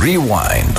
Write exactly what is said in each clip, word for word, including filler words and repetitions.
Rewind.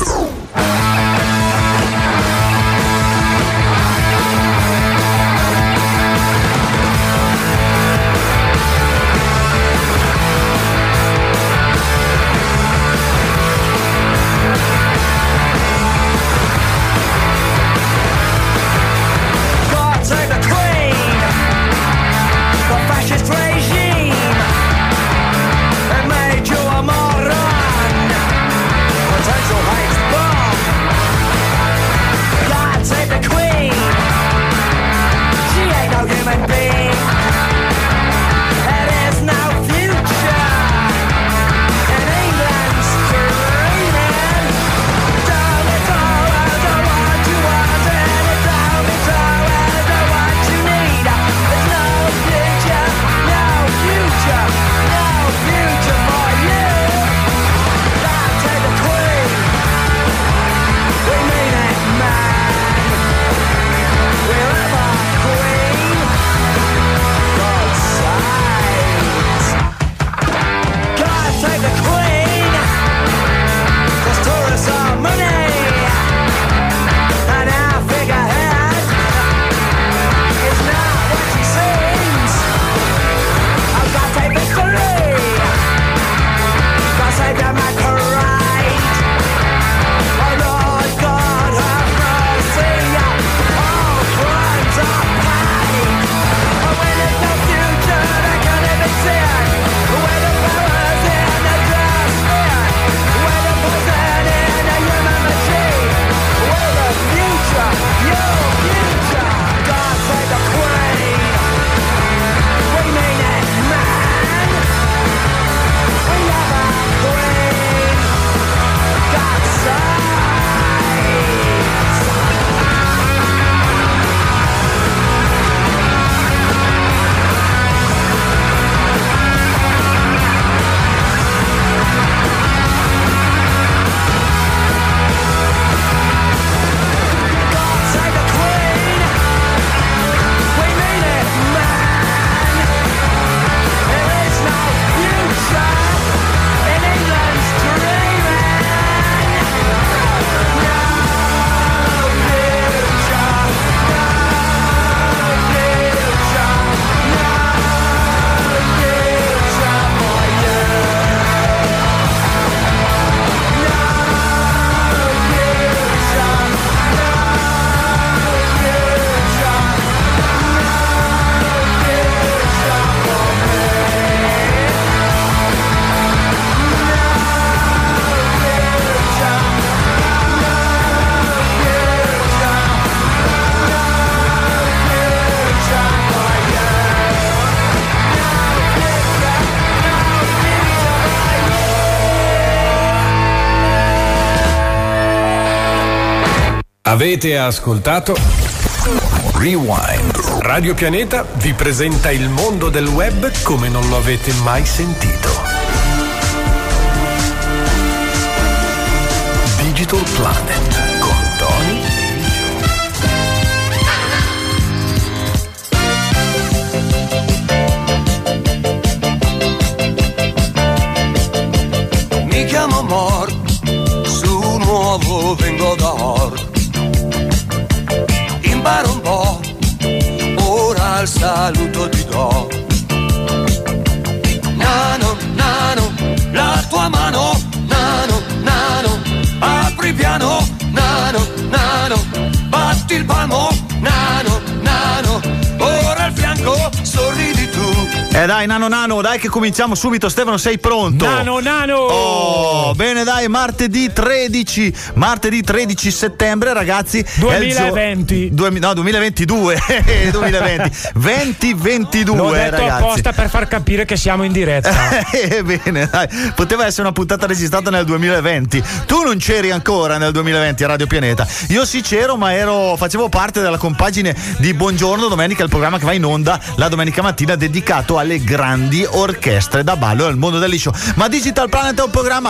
Avete ascoltato Rewind. Radio Pianeta vi presenta il mondo del web come non lo avete mai sentito. Digital Planet con Tony. Mi chiamo Mor, su nuovo vengo da Or. Imparo un po', ora il saluto ti do. Nano, nano, la tua mano, nano, nano, apri piano, nano, nano, batti il palmo, nano, nano, ora al fianco, sorridi tu. Eh dai nano nano, dai che cominciamo subito. Stefano, sei pronto? Nano nano. Oh, bene dai, martedì tredici, martedì tredici settembre, ragazzi. duemilaventi. Due, no, duemilaventidue. duemilaventi. venti ventidue, L'ho detto ragazzi. apposta per far capire che siamo in diretta. Eh, bene, dai. Poteva essere una puntata registrata nel duemilaventi. Tu non c'eri ancora nel duemilaventi a Radio Pianeta. Io sì c'ero, ma ero facevo parte della compagine di Buongiorno Domenica, il programma che va in onda la domenica mattina dedicato alle grandi orchestre da ballo e al mondo del liscio. Ma Digital Planet è un programma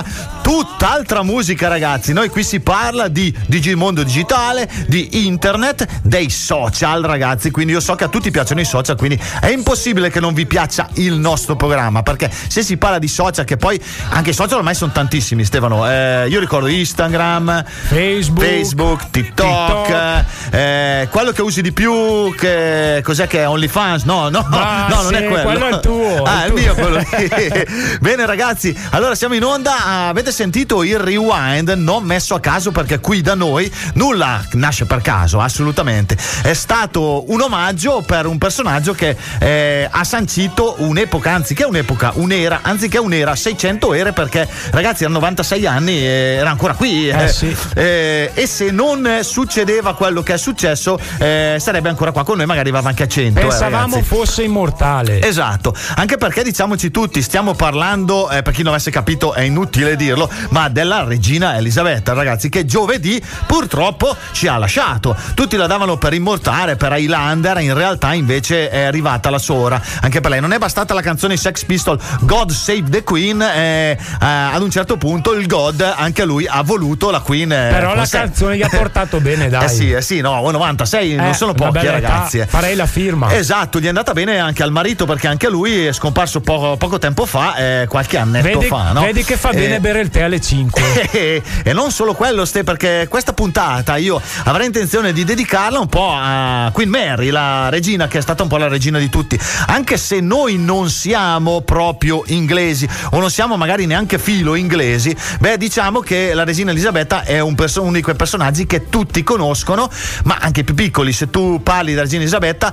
tutt'altra musica, ragazzi. Noi qui si parla di Digimondo digitale, di internet, dei social, ragazzi. Quindi io so che a tutti piacciono i social, quindi è impossibile che non vi piaccia il nostro programma, perché se si parla di social, che poi anche i social ormai sono tantissimi, Stefano. Eh, io ricordo Instagram, Facebook, Facebook TikTok, TikTok. Eh, quello che usi di più, che cos'è che è OnlyFans? No, no, ah, no, non sì, è quello. quello è il tuo. Ah, il il mio quello lì. Bene, ragazzi, allora siamo in onda. Avete sentito il rewind? Non messo a caso, perché qui da noi nulla nasce per caso, assolutamente. È stato un omaggio per un personaggio che eh, ha sancito un'epoca, anziché un'epoca, un'era, anziché un'era, seicento ere, perché ragazzi erano novantasei anni e era ancora qui. Eh, eh, sì. eh, e se non succedeva quello che è successo, eh, sarebbe ancora qua con noi, magari arrivava anche a cento. Pensavamo eh, fosse immortale. Esatto, anche perché diciamoci tutti, stiamo parlando, eh, per chi non avesse capito è inutile dirlo, ma della regina Elisabetta, ragazzi, che giovedì purtroppo ci ha lasciato. Tutti la davano per immortale, per Highlander, in realtà invece è arrivata la sua ora. Anche per lei non è bastata la canzone Sex Pistol God Save the Queen, eh, eh, ad un certo punto il God anche lui ha voluto la Queen. Eh, Però la sé. canzone gli ha portato bene, dai. Eh sì, eh sì, no, novantasei eh, non sono pochi, ragazzi. Età, farei la firma. Esatto, gli è andata bene anche al marito, perché anche lui è scomparso poco, poco tempo fa, eh, qualche annetto vedi, fa, no? Vedi che fa bene eh, bere il tè alle cinque. E, e non solo quello, Ste, perché questa puntata io avrei intenzione di dedicarla un po' a Queen Mary, la regina che è stata un po' la regina di tutti. Anche se noi non siamo proprio inglesi, o non siamo magari neanche filo inglesi, beh, diciamo che la regina Elisabetta è un perso- uno di quei personaggi che tutti conoscono, ma anche i più piccoli. Se tu parli della regina Elisabetta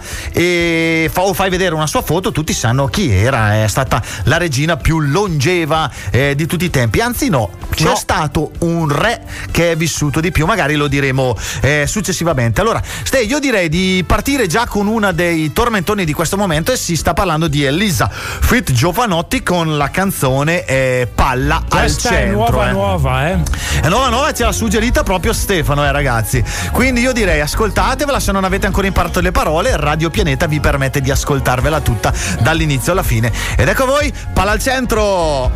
e fa, o fai vedere una sua foto, tutti sanno chi era. È stata la regina più longeva eh, di tutti i tempi. Anzi no, c'è no. stato un re che è vissuto di più, magari lo diremo eh, successivamente. Allora, Ste, io direi di partire già con una dei tormentoni di questo momento, e si sta parlando di Elisa Fit Giovanotti con la canzone eh, Palla Questa al centro. è nuova eh. nuova, eh. È nuova nuova, ce l'ha suggerita proprio Stefano, eh ragazzi. Quindi io direi ascoltatevela, se non avete ancora imparato le parole, Radio Pianeta vi permette di ascoltarvela tutta dall'inizio alla fine. Ed ecco voi, Palla al centro.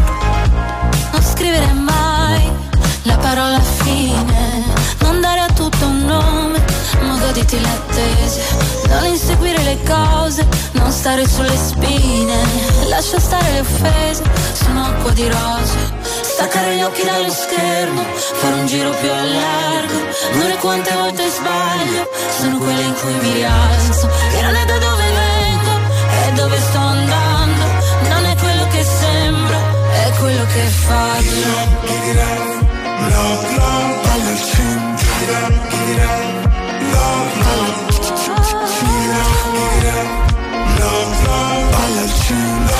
Non scrivere mai la parola fine, non dare a tutto un nome, ma goditi l'attesa, non inseguire le cose, non stare sulle spine, lascia stare le offese, sono acqua di rose, staccare gli occhi dallo schermo, fare un giro più a largo, non è quante volte sbaglio, sono quelle in cui mi rialzo, che non è da dove vengo, è dove sto andando, non è quello che sembra, è quello che faccio. Chi dirà, love, love, palla al centro. Chi dirà, chi dirà, love, love. Chi dirà, chi dirà, love, love, palla al centro.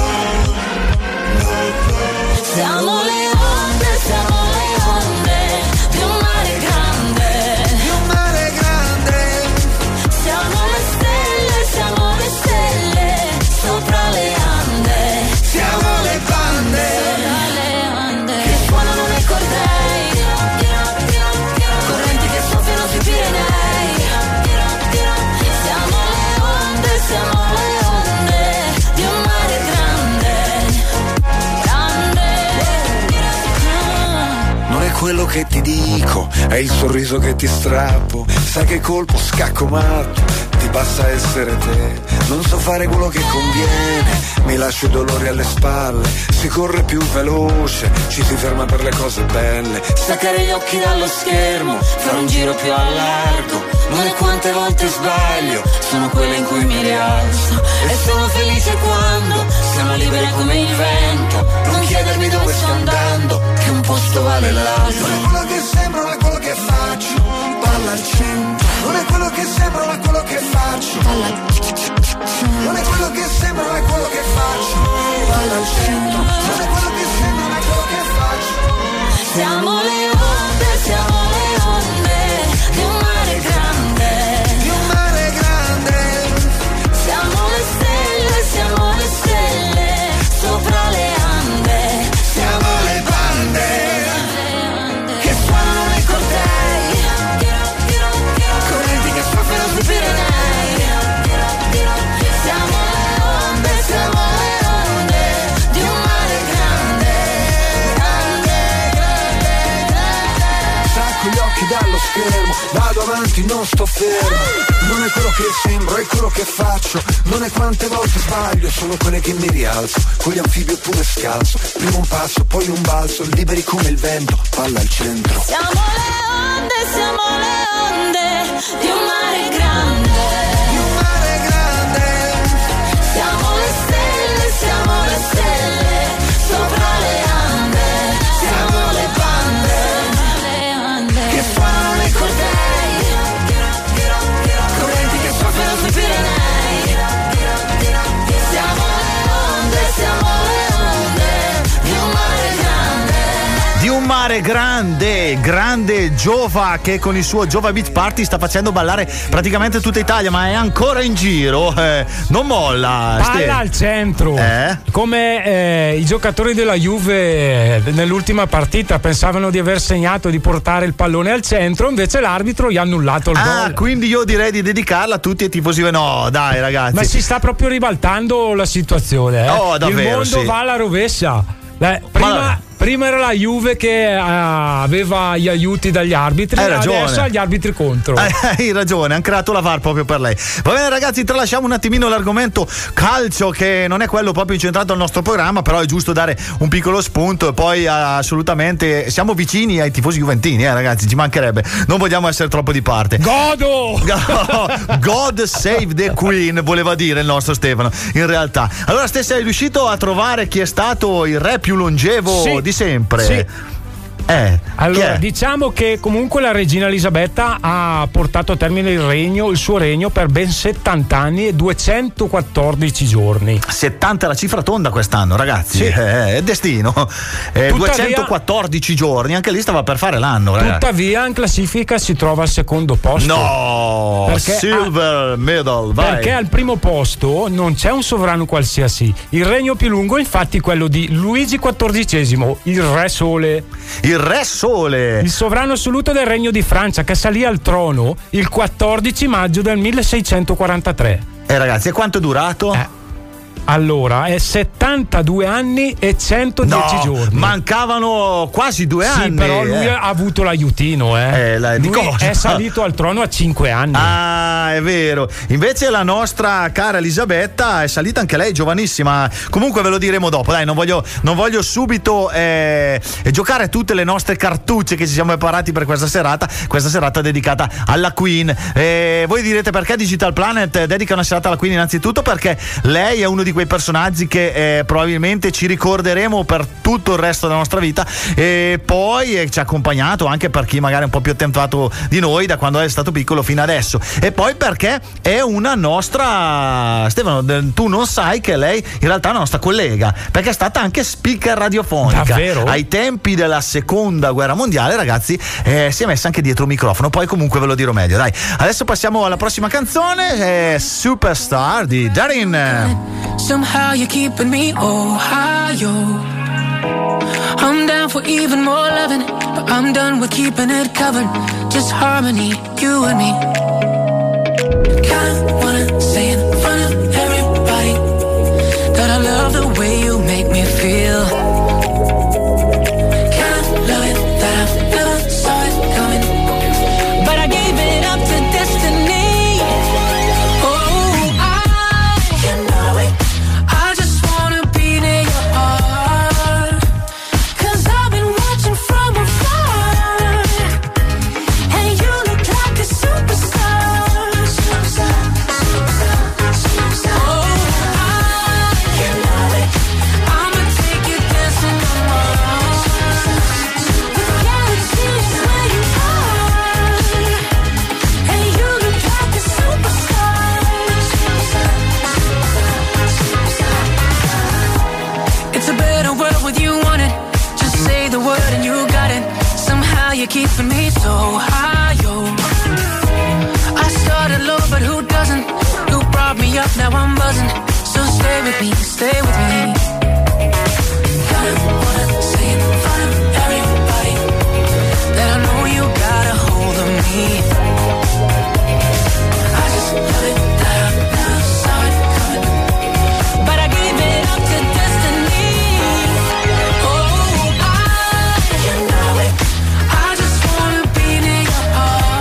Siamo le onde, siamo le onde di un mare grande, Di un mare grande. siamo le stelle, siamo le stelle sopra le Ande, Siamo le bande sopra le Ande che suonano nei cordei, correnti che soffiano sui Pirenei. Siamo le onde, siamo le onde di un mare grande, grande. Non è quello che ti dico, è il sorriso che ti strappo. Sai che colpo, scacco matto, ti basta essere te. Non so fare quello che conviene, mi lascio i dolori alle spalle. Si corre più veloce, ci si ferma per le cose belle. Staccare gli occhi dallo schermo, fare un giro più a largo, non è quante volte sbaglio, sono quelle in cui mi rialzo. E sono felice quando siamo libere come il vento, non chiedermi dove sto andando, che un posto vale l'altro. Non è quello che sembra, non è quello che faccio. Palla al centro. Non è quello che sembra, non è quello che faccio. Non è quello che sembra, non è quello che faccio. Palla al centro. Non è quello che sembra, non è quello che faccio. Siamo le onde, siamo le onde di un mare grande, Di un mare grande. siamo le stelle, siamo le stelle sopra le Ande. Siamo le bande. schermo. Vado avanti, non sto fermo. Non è quello che sembro, è quello che faccio. Non è quante volte sbaglio, sono quelle che mi rialzo. Con gli anfibi oppure scalzo. Prima un passo, poi un balzo. Liberi come il vento, palla al centro. Siamo le onde, siamo le onde di un mare grande. Di un mare grande. Siamo le stelle, siamo le stelle sopra le ande. Siamo le bande, le ande che fanno nei cortei, correnti che soffiano sui Pirenei. Siamo le onde, siamo le onde di un mare grande. Di un mare grande, grande Giova, che con il suo Giova Beach Party sta facendo ballare praticamente tutta Italia, ma è ancora in giro, eh, non molla. Palla Ste. al centro, Eh? come eh, i giocatori della Juve eh, nell'ultima partita pensavano di aver segnato, di portare il pallone al centro, invece l'arbitro gli ha annullato il Ah, gol. quindi io direi di dedicarla a tutti i tifosi. No, dai ragazzi. Ma si sta proprio ribaltando la situazione, eh. Oh, davvero, il mondo sì. va alla rovescia. Eh, prima, prima era la Juve che eh, aveva gli aiuti dagli arbitri, Hai ragione. adesso ha gli arbitri contro. Eh, Hai ragione, hanno creato la V A R proprio per lei. Va bene ragazzi, tralasciamo un attimino l'argomento calcio, che non è quello proprio incentrato al nostro programma, però è giusto dare un piccolo spunto. E poi assolutamente siamo vicini ai tifosi juventini, eh ragazzi, ci mancherebbe, non vogliamo essere troppo di parte. Godo! God save the Queen, voleva dire il nostro Stefano, in realtà. Allora Ste, sei riuscito a trovare chi è stato il re più longevo Sì. di sempre? Sì. Eh, Allora, chi è? diciamo che comunque la regina Elisabetta ha portato a termine il regno, il suo regno per ben settanta anni e duecentoquattordici giorni. settanta è la cifra tonda quest'anno, ragazzi. Sì. Eh, è destino. Eh, Tuttavia- duecentoquattordici giorni, anche lì stava per fare l'anno, ragazzi. Tuttavia in classifica si trova al secondo posto. No, Perché- silver medal, vai. Perché al primo posto non c'è un sovrano qualsiasi. Il regno più lungo, infatti, è quello di Luigi quattordicesimo, il Re Sole. Il Re Sole. Il sovrano assoluto del regno di Francia, che salì al trono il quattordici maggio del milleseicentoquarantatré. Eh ragazzi, e quanto è durato? Eh, Allora, è settantadue anni e centodieci no, giorni. mancavano quasi due Sì, anni. però lui eh. ha avuto l'aiutino, eh. Eh, la- di lui cosa? è salito al trono a cinque anni. Ah, è vero. Invece la nostra cara Elisabetta è salita anche lei, giovanissima. Comunque ve lo diremo dopo. Dai, non voglio, non voglio subito eh, giocare tutte le nostre cartucce che ci siamo preparati per questa serata. Questa serata dedicata alla Queen. Eh, voi direte perché Digital Planet dedica una serata alla Queen? Innanzitutto perché lei è uno di quei personaggi che eh, probabilmente ci ricorderemo per tutto il resto della nostra vita, e poi eh, ci ha accompagnato anche per chi magari è un po' più attentato di noi da quando è stato piccolo fino adesso, e poi perché è una nostra, Stefano, tu non sai che lei in realtà è una nostra collega, perché è stata anche speaker radiofonica. Davvero? Ai tempi della seconda guerra mondiale, ragazzi, eh, si è messa anche dietro un microfono, poi comunque ve lo dirò meglio. Dai, adesso passiamo alla prossima canzone, eh, Superstar di Darin. Somehow you're keeping me Ohio. I'm down for even more loving, but I'm done with keeping it covered. Just harmony, you and me. Kinda wanna say in front of everybody that I love the way you make me feel. Kinda love it that I've never saw it coming, but I gave it up to destiny. Oh, I, you know it. I just wanna be near your heart, 'cause I've been watching from afar, and you look like a superstar, superstar, superstar, superstar. Oh, I, you know it. I'ma take you dancing on Mars, the galaxy's where you are, and you look like a superstar, superstar, superstar. It's a better world with you on it. Just say the word and you got it. Somehow you're keeping me so high, yo. I started low, but who doesn't? You brought me up, now I'm buzzing. So stay with me, stay with me. Kinda wanna say in front of everybody that I know you got a hold of me. I just love it that I never saw it coming, but I gave it up to destiny. Oh, I, you know it. I just wanna be near your heart.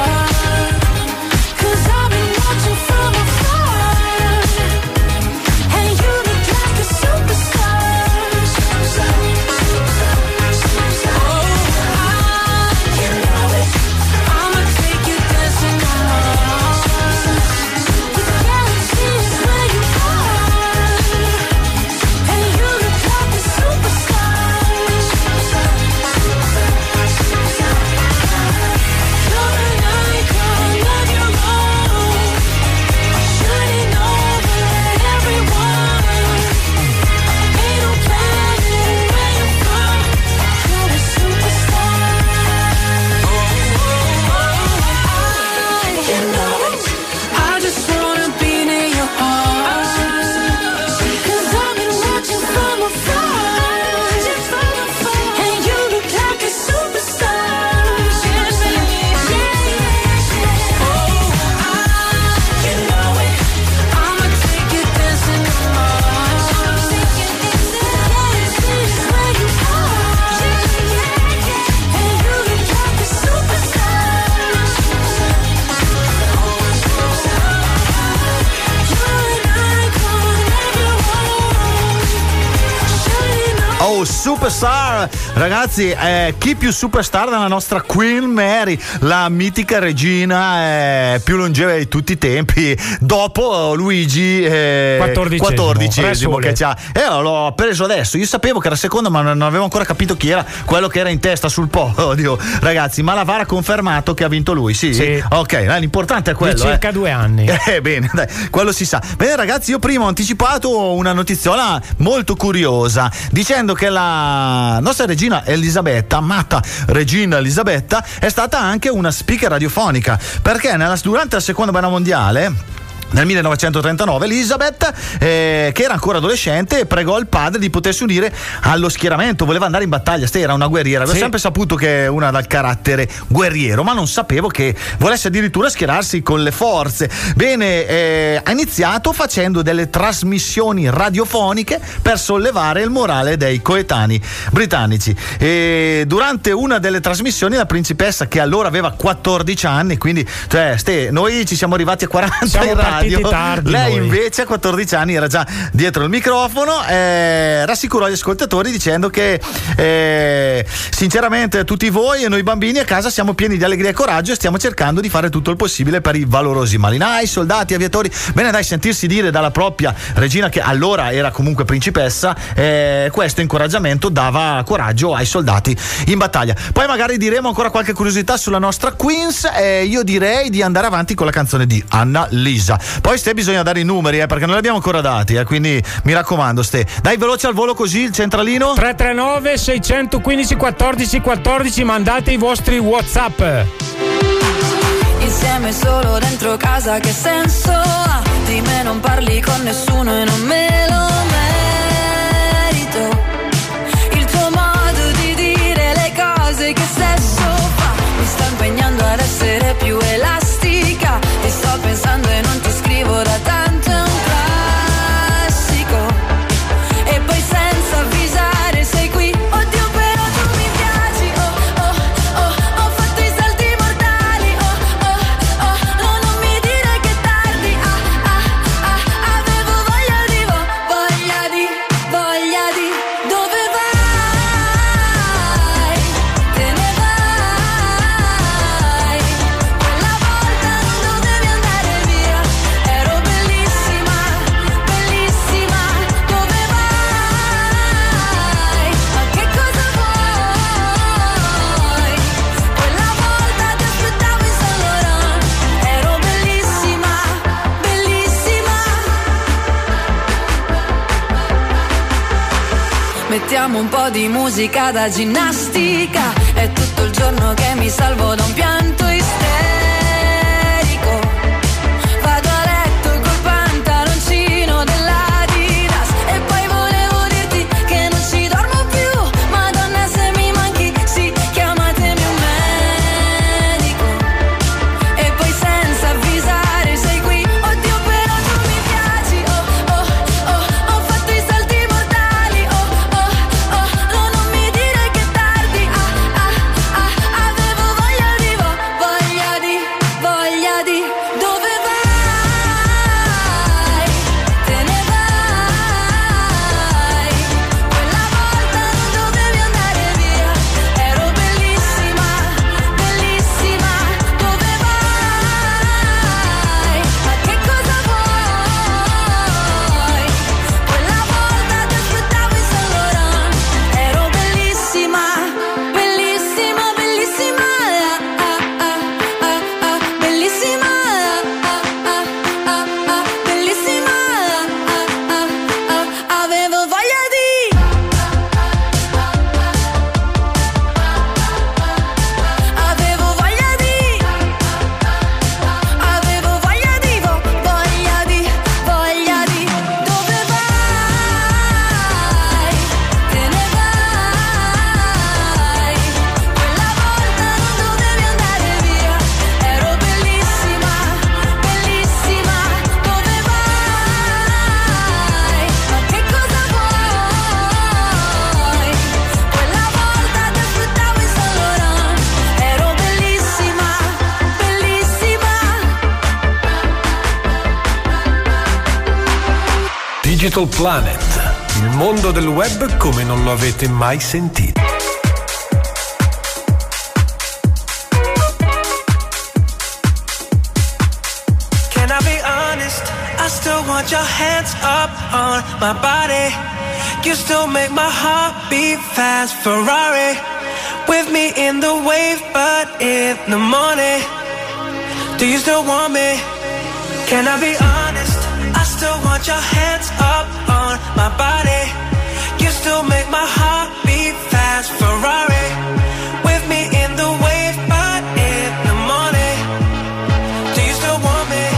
Oh, superstar! Ragazzi, eh, chi più superstar della nostra Queen Mary, la mitica regina eh, più longeva di tutti i tempi, dopo Luigi eh, quattordicesimo, quattordicesimo che c'ha. E eh, l'ho preso adesso. Io sapevo che era secondo, ma non avevo ancora capito chi era quello che era in testa sul podio. Ragazzi, ma la V A R ha confermato che ha vinto lui, sì? Sì. Ok, eh, l'importante è quello. Di circa eh. due anni. Eh, bene, dai, quello si sa. Bene, ragazzi, io prima ho anticipato una notiziola molto curiosa, dicendo che la nostra regina Elisabetta, amata regina Elisabetta, è stata anche una speaker radiofonica, perché nella, durante la seconda guerra mondiale, nel millenovecentotrentanove, Elizabeth, eh, che era ancora adolescente, pregò il padre di potersi unire allo schieramento, voleva andare in battaglia. Ste era una guerriera, avevo sì. sempre saputo che è una dal carattere guerriero, ma non sapevo che volesse addirittura schierarsi con le forze. Bene, eh, ha iniziato facendo delle trasmissioni radiofoniche per sollevare il morale dei coetanei britannici. E durante una delle trasmissioni la principessa, che allora aveva quattordici anni, quindi cioè, ste, noi ci siamo arrivati a quaranta siamo in radio. tardi, Lei noi. invece a quattordici anni era già dietro il microfono, eh, rassicurò gli ascoltatori dicendo che eh, sinceramente tutti voi e noi bambini a casa siamo pieni di allegria e coraggio e stiamo cercando di fare tutto il possibile per i valorosi marinai, soldati, aviatori. Bene, dai, sentirsi dire dalla propria regina, che allora era comunque principessa, eh, questo incoraggiamento dava coraggio ai soldati in battaglia. Poi magari diremo ancora qualche curiosità sulla nostra Queens, e io direi di andare avanti con la canzone di Anna Lisa. Poi Ste bisogna dare i numeri, eh, perché non li abbiamo ancora dati, eh, quindi mi raccomando Ste, dai veloce al volo così il centralino. tre tre nove sei uno cinque uno quattro uno quattro, mandate i vostri WhatsApp. Insieme solo dentro casa, che senso ha? Di me non parli con nessuno e non me lo merito. Il tuo modo di dire le cose, che sesso fa? Mi sto impegnando ad essere più elastica. Ti sto pensando e non ti scrivo da tanto, è un classico. E poi senza avvisare sei qui. Oddio, però tu mi piaci. Oh, oh, oh, ho fatto i salti mortali. Oh, oh, oh, no, non mi dire che tardi. Ah, ah, ah, avevo voglia di, vo- voglia di, voglia di. Dove vai? Te ne vai. Quella volta non dovevi andare via. Ero bellissima, bellissima. Dove vai? Ma che cosa vuoi? Quella volta ti aspettavo in Saint Laurent. Ero bellissima, bellissima. Mettiamo un po' di musica da ginnastica. È tutto il giorno che mi salvo da un pianto isterico. Vado a letto col pantaloncino dell'Adidas. E poi volevo dirti che non ci dormo più. Madonna, se mi manchi, sì, chiamatemi un medico. E poi senza avvisare sei qui. Oddio, però tu mi piaci. Oh, oh, oh, ho fatto i salti mortali. Oh, oh, oh, no, non mi dire che tardi. Ah, ah, ah, avevo voglia di, vo- voglia di, voglia di. Dove vai? Te ne vai. Quella volta non dovevi andare via. Ero bellissima, bellissima. Dove vai? Ma che cosa vuoi? Quella volta ti aspettavo in Saint Laurent. Ero bellissima, bellissima, bellissima. Ah, ah, ah, ah, ah, bellissima. Ah, ah, ah, ah, bellissima. Ah, ah, ah, avevo voglia di. Avevo voglia di. Avevo voglia di, vo- voglia di, voglia di. Dove vai? Te ne vai. Quella volta non dovevi andare via. Ero bellissima, bellissima. Dove vai? Ma che cosa vuoi? Quella volta ti aspettavo in Saint Laurent. Ero bellissima, bellissima. Digital Planet, Il mondo del web come non lo avete mai sentito. Can I be honest? I still want your hands up on my body. You still make my heart beat fast. Ferrari with me in the wave, but in the morning. Do you still want me? Can I be honest? I still want your hands up on my body. You still make my heart beat fast. Ferrari with me in the wave, but in the morning. Do you still want me?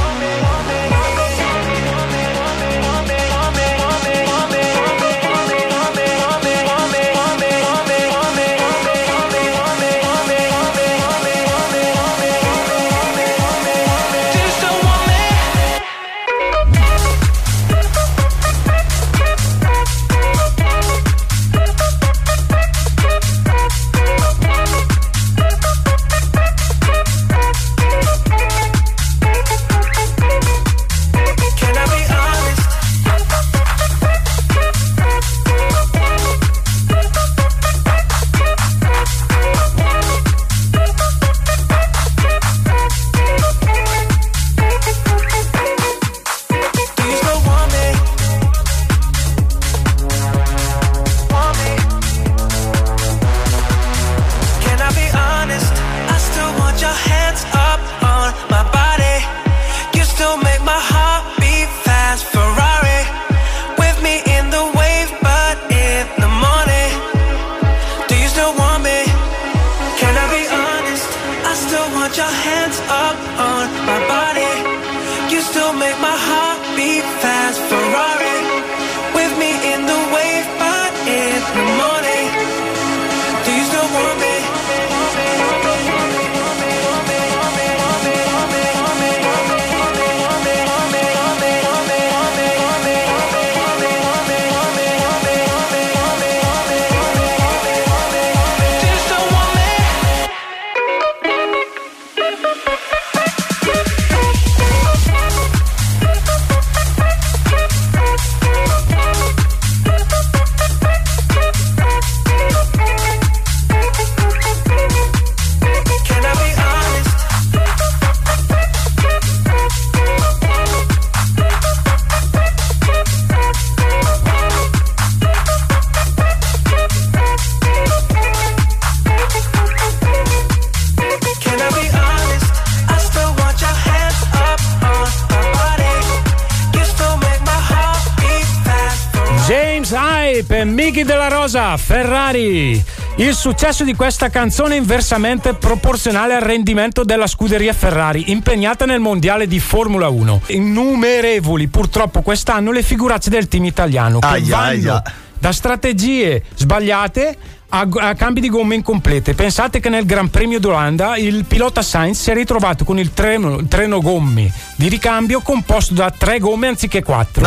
Miki della Rosa, Ferrari. Il successo di questa canzone è inversamente proporzionale al rendimento della scuderia Ferrari impegnata nel mondiale di Formula uno. Innumerevoli purtroppo quest'anno le figuracce del team italiano che aia, vanno aia. da strategie sbagliate a, a cambi di gomme incomplete. Pensate che nel Gran Premio d'Olanda il pilota Sainz si è ritrovato con il treno, treno gommi di ricambio composto da tre gomme anziché quattro.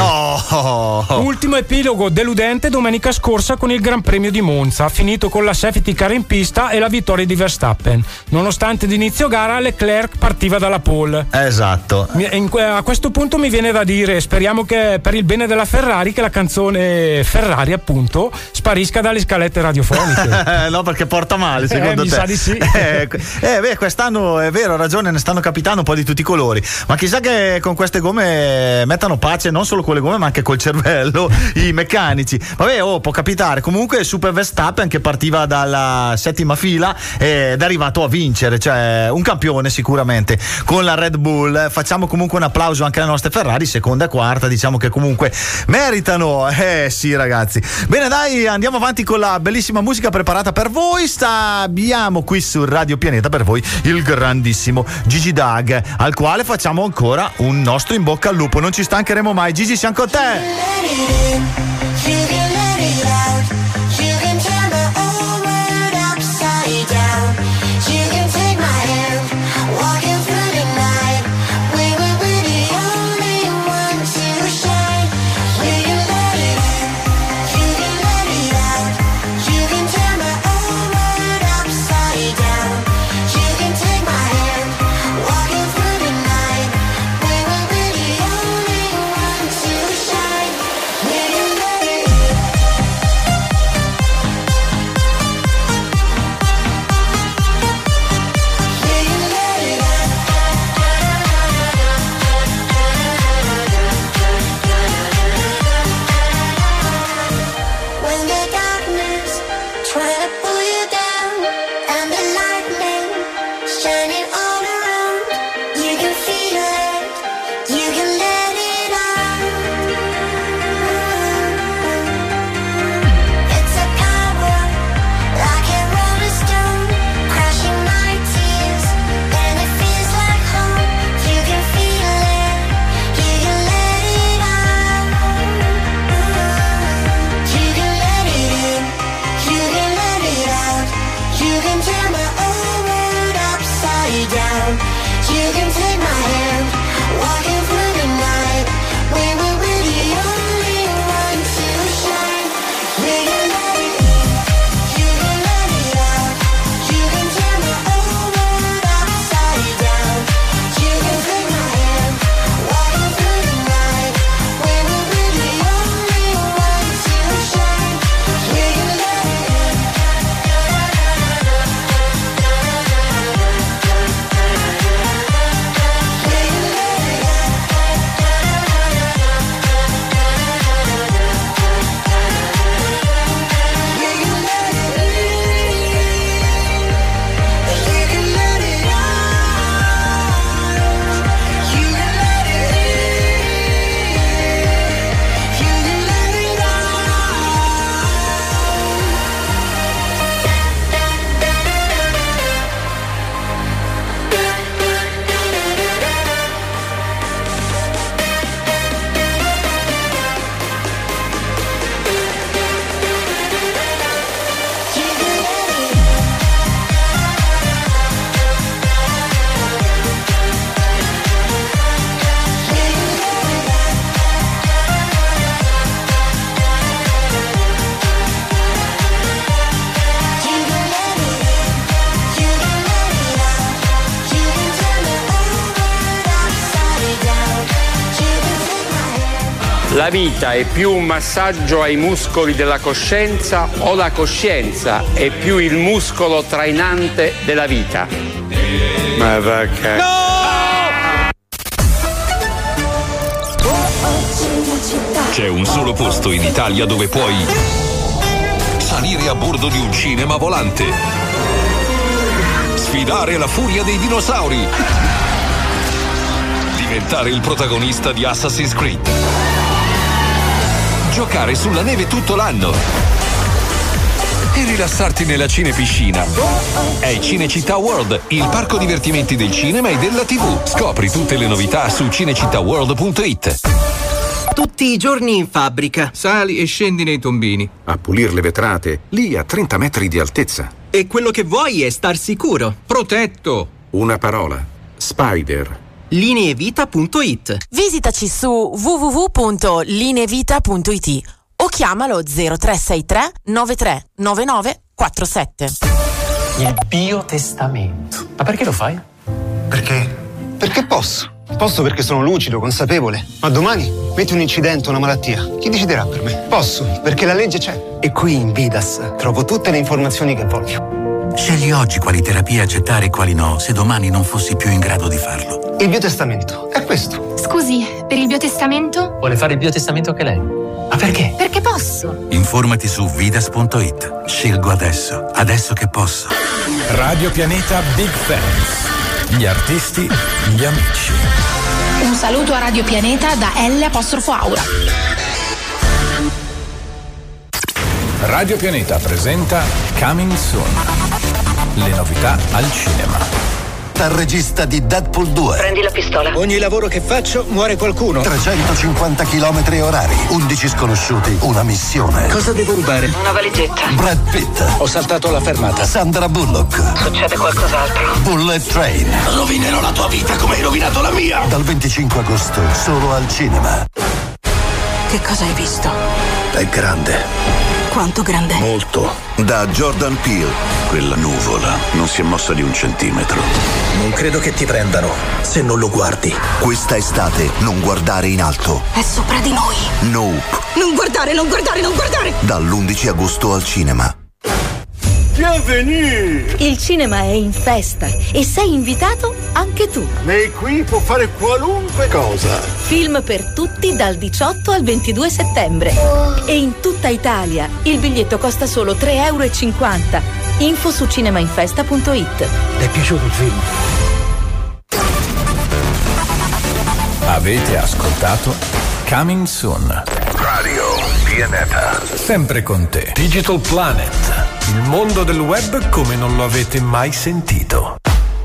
No! Ultimo epilogo deludente domenica scorsa con il Gran Premio di Monza, finito con la safety car in pista e la vittoria di Verstappen. Nonostante d'inizio gara Leclerc partiva dalla pole. Esatto. In, a questo punto mi viene da dire, speriamo che per il bene della Ferrari che la canzone Ferrari appunto sparisca dalle scalette radiofoniche. No, perché porta male secondo eh, te. Mi sa di sì. eh, eh, beh, quest'anno è vero, ha ragione, ne stanno capitando un po' di tutti i colori. Ma chissà che con queste gomme mettano pace non solo con le gomme ma anche col cervello i meccanici. Vabbè, oh, può capitare. Comunque Super Verstappen che partiva dalla settima fila ed è arrivato a vincere, cioè un campione sicuramente con la Red Bull. Facciamo comunque un applauso anche alle nostre Ferrari, seconda e quarta, diciamo che comunque meritano. Eh sì ragazzi. Bene, dai, andiamo avanti con la bellissima musica preparata per voi. Abbiamo qui su Radio Pianeta per voi il grandissimo Gigi Dag, al quale facciamo ancora un nostro in bocca al lupo. Non ci stancheremo mai. Gigi, siamo con te. La vita è più un massaggio ai muscoli della coscienza o la coscienza è più il muscolo trainante della vita? Ma perché? No! C'è un solo posto in Italia dove puoi salire a bordo di un cinema volante, sfidare la furia dei dinosauri, diventare il protagonista di Assassin's Creed, giocare sulla neve tutto l'anno e rilassarti nella cinepiscina. È Cinecittà World, il parco divertimenti del cinema e della tivù. Scopri tutte le novità su cinecittàworld punto it. Tutti i giorni in fabbrica. Sali e scendi nei tombini. A pulire le vetrate, lì a trenta metri di altezza. E quello che vuoi è star sicuro. Protetto. Una parola. Spider. Lineevita punto it. Visitaci su w w w punto lineevita punto it o chiamalo zero tre sei tre nove tre nove nove quattro sette. Il biotestamento. Ma perché lo fai? Perché? Perché posso. Posso perché sono lucido, consapevole. Ma domani metti un incidente, una malattia. Chi deciderà per me? Posso, perché la legge c'è. E qui in Vidas trovo tutte le informazioni che voglio. Scegli oggi quali terapie accettare e quali no, se domani non fossi più in grado di farlo. Il biotestamento è questo. Scusi, per il biotestamento? Vuole fare il biotestamento anche lei? Ma perché? Perché posso. Informati su vidas punto it. Scelgo adesso, adesso che posso. Radio Pianeta Big Fans. Gli artisti, gli amici. Un saluto a Radio Pianeta da L apostrofo Aura. Radio Pianeta presenta Coming Soon. Le novità al cinema. Dal regista di Deadpool due. Prendi la pistola. Ogni lavoro che faccio muore qualcuno. trecentocinquanta chilometri orari, undici sconosciuti, una missione. Cosa devo rubare? Una valigetta. Brad Pitt. Ho saltato la fermata. Sandra Bullock. Succede qualcos'altro. Bullet Train. Rovinerò la tua vita come hai rovinato la mia. Dal venticinque agosto, solo al cinema. Che cosa hai visto? È grande. Quanto grande? Molto. Da Jordan Peele. Quella nuvola non si è mossa di un centimetro. Non credo che ti prendano se non lo guardi. Questa estate non guardare in alto. È sopra di noi. Nope. Non guardare, non guardare, non guardare. Dall'undici agosto al cinema. Bienvenue! Il cinema è in festa e sei invitato anche tu. Lei qui può fare qualunque cosa. Film per tutti dal diciotto al ventidue settembre. Oh. E in tutta Italia il biglietto costa solo tre e cinquanta euro. Info su cinemainfesta punto it. Ti è piaciuto il film? Avete ascoltato Coming Soon. Radio Pianeta. Sempre con te. Digital Planet. Il mondo del web come non lo avete mai sentito.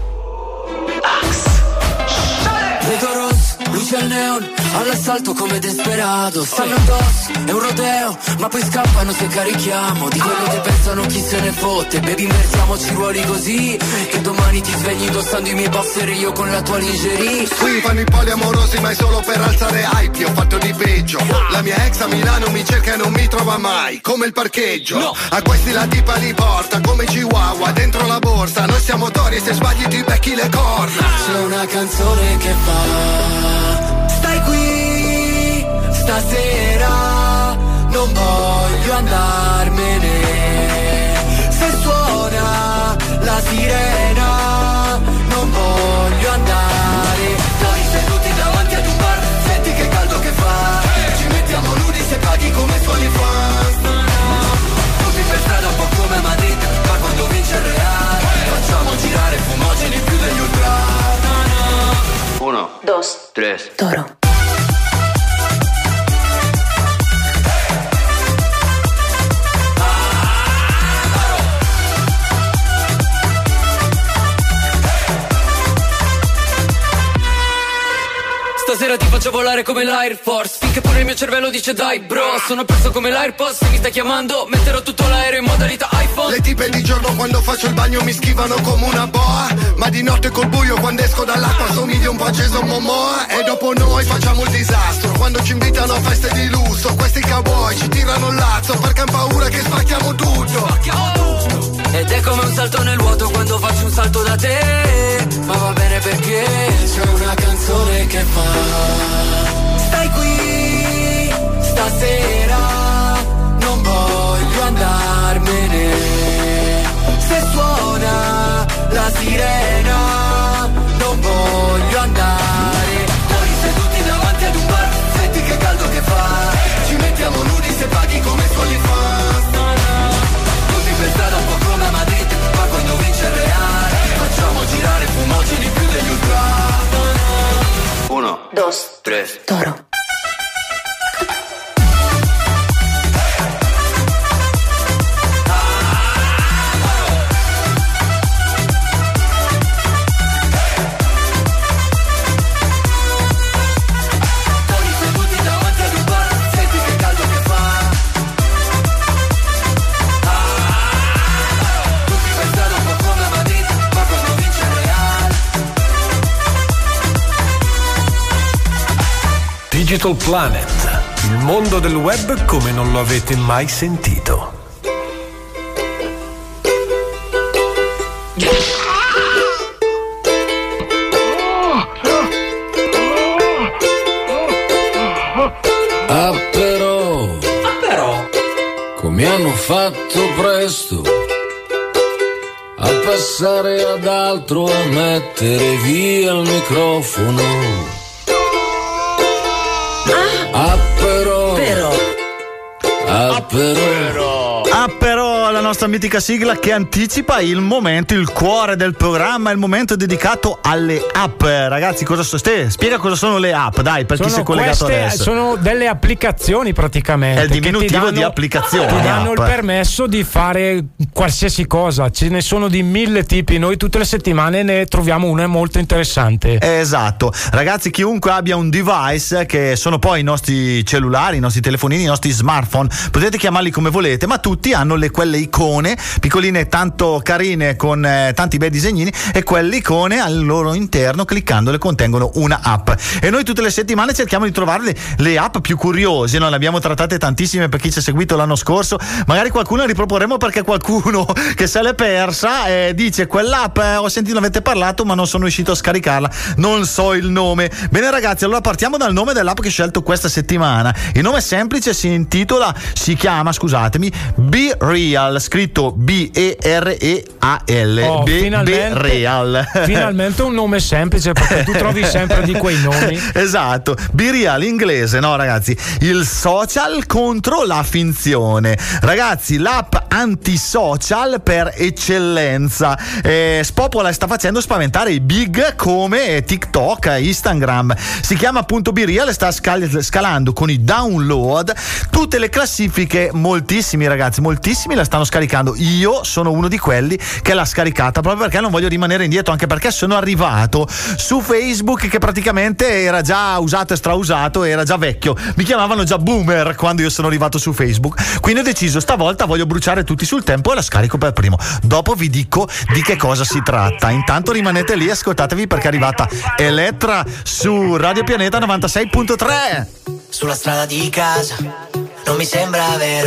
Vedo rosso, luce al neon, all'assalto come desperato. Stanno addosso, è un rodeo, ma poi scappano se carichiamo. Di quello che pensano chi se ne fotte. Baby, inversiamoci ruoli così che domani ti svegli indossando i miei boxer e io con la tua lingerie. Qui fanno i poliamorosi ma è solo per alzare hype. Io ho fatto di peggio. La mia ex a Milano mi cerca e non mi trova mai. Come il parcheggio, no. A questi la tipa li porta come Chihuahua dentro la borsa. Noi siamo tori e se sbagli ti becchi le corna. C'è una canzone che fa stai qui stasera, non voglio andarmene. Se suona la sirena non voglio andare. Noi seduti davanti ad un bar, senti che caldo che fa. Ci mettiamo nudi se paghi come su OnlyFans. Tutti per strada un po' come Madrid, ma quando vince il Real facciamo girare fumogeni più degli ultra. Uno, dos, tres. Toro. Stasera ti faccio volare come l'Air Force, finché pure il mio cervello dice dai bro. Sono perso come l'AirPods, se mi stai chiamando metterò tutto l'aereo in modalità iPhone. Le tipe di giorno quando faccio il bagno mi schivano come una boa, ma di notte col buio quando esco dall'acqua somiglio un po' a Jason Momoa. E dopo noi facciamo il disastro quando ci invitano a feste di lusso. Questi cowboy ci tirano il lazzo perché han paura che spacchiamo tutto. Spacchiamo tutto. Ed è come un salto nel vuoto quando faccio un salto da te. Ma va bene perché c'è una canzone che fa stai qui stasera non voglio andarmene. Se suona la sirena non voglio andare. Noi seduti davanti ad un bar, senti che caldo che fa, ci mettiamo nudi se paghi come suoni fans. Tutti per strada un po' come a Madrid, ma quando vince il Real facciamo girare fumogeni più degli ultra. Uno, dos, tres. Toro. Digital Planet, il mondo del web come non lo avete mai sentito. Ah però, ah però, come hanno fatto presto a passare ad altro, a mettere via il microfono. Ah però, però. Ah però, ah però, la nostra mitica sigla che anticipa il momento, il cuore del programma, il momento dedicato alle app. Ragazzi, cosa so, ste, spiega cosa sono le app, dai, per sono chi si è collegato queste, adesso. Sono delle applicazioni praticamente. È il diminutivo danno, di applicazione. Ti danno app. il permesso di fare qualsiasi cosa. Ce ne sono di mille tipi. Noi tutte le settimane ne troviamo una molto interessante. Esatto. Ragazzi, chiunque abbia un device, che sono poi i nostri cellulari, i nostri telefonini, i nostri smartphone, potete chiamarli come volete, ma tutti hanno le, quelle icone piccoline tanto carine con eh, tanti bei disegnini, e quelle icone al loro interno, cliccandole, contengono una app. E noi tutte le settimane cerchiamo di trovare le, le app più curiose. Noi ne abbiamo trattate tantissime per chi ci ha seguito l'anno scorso, magari qualcuno riproporremo perché qualcuno che se l'è persa eh, dice quell'app eh, ho sentito avete parlato ma non sono riuscito a scaricarla, non so il nome. Bene ragazzi, allora partiamo dal nome dell'app che ho scelto questa settimana. Il nome è semplice, si intitola, si chiama, scusatemi, Be Real, scritto B E R E A L. Oh, Be, finalmente, Be Real. Finalmente un nome semplice, perché tu trovi sempre di quei nomi. Esatto, Be Real, inglese, no ragazzi, il social contro la finzione. Ragazzi, l'app antisocial per eccellenza, eh, spopola e sta facendo spaventare i big come TikTok, Instagram. Si chiama appunto Be Real e sta scal- scalando con i download tutte le classifiche. Moltissimi ragazzi, moltissimi la stanno scaricando. Io sono uno di quelli che l'ha scaricata proprio perché non voglio rimanere indietro, anche perché sono arrivato su Facebook che praticamente era già usato e strausato, era già vecchio, mi chiamavano già boomer quando io sono arrivato su Facebook. Quindi ho deciso, stavolta voglio bruciare tutti sul tempo e la scarico per primo, dopo vi dico di che cosa si tratta. Intanto rimanete lì, ascoltatevi, perché è arrivata Elettra su Radio Pianeta novantasei virgola tre. Sulla strada di casa non mi sembra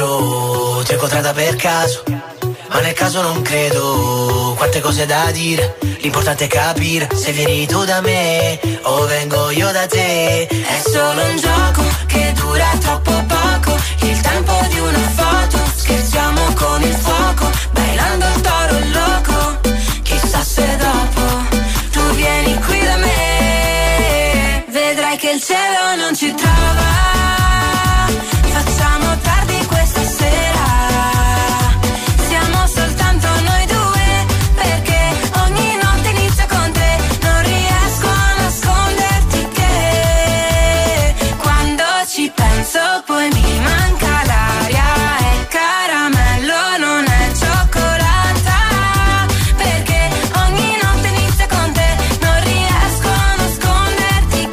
vero, ti ho incontrata per caso, ma nel caso non credo. Quante cose da dire, l'importante è capire se vieni tu da me o vengo io da te. È solo un gioco che dura troppo poco, il tempo di una foto, scherziamo con il fuoco, bailando il toro loco. Chissà se dopo tu vieni qui da me, vedrai che il cielo non ci trova. Facciamo tardi questa sera, siamo soltanto noi due, perché ogni notte inizia con te. Non riesco a nasconderti che quando ci penso poi mi manca l'aria. È caramello, non è cioccolata, perché ogni notte inizia con te. Non riesco a nasconderti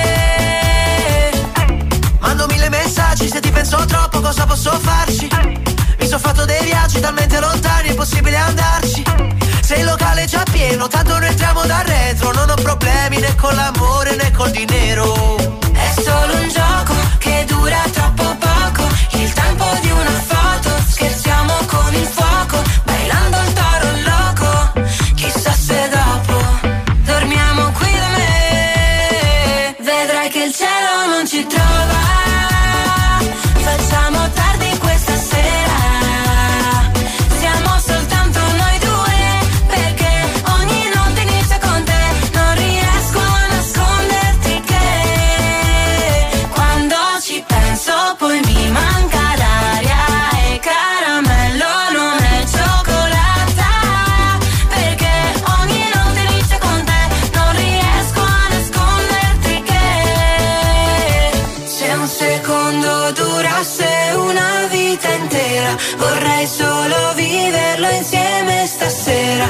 che mando mille messaggi, se ti penso troppo cosa posso farci? Mi sono fatto dei viaggi talmente lontani, è possibile andarci. Se il locale è già pieno, tanto noi entriamo da retro. Non ho problemi né con l'amore né col dinero. È solo un gioco che dura troppo poco, il tempo di una foto, scherziamo con il fuoco, bailando il toro loco. Chissà se dopo dormiamo qui da me, vedrai che il cielo non ci trova.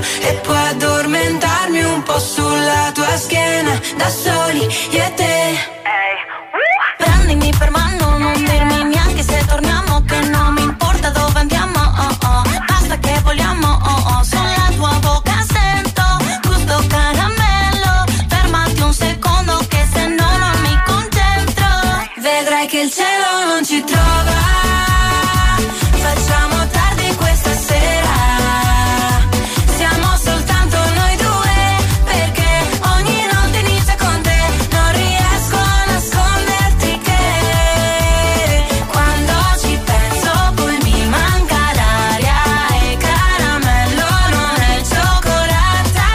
e poi addormentarmi un po' sulla tua schiena, da soli io e te. Prendimi per mano, non dirmi neanche se torniamo, che non mi importa dove andiamo, oh oh. Basta che vogliamo, oh oh. Sulla tua bocca sento gusto caramello. Fermati un secondo che se no non mi concentro. Vedrai che il cielo non ci trova. Facciamo tardi questa sera. Siamo soltanto noi due, perché ogni notte inizia con te. Non riesco a nasconderti che quando ci penso poi mi manca l'aria. E caramello non è cioccolata,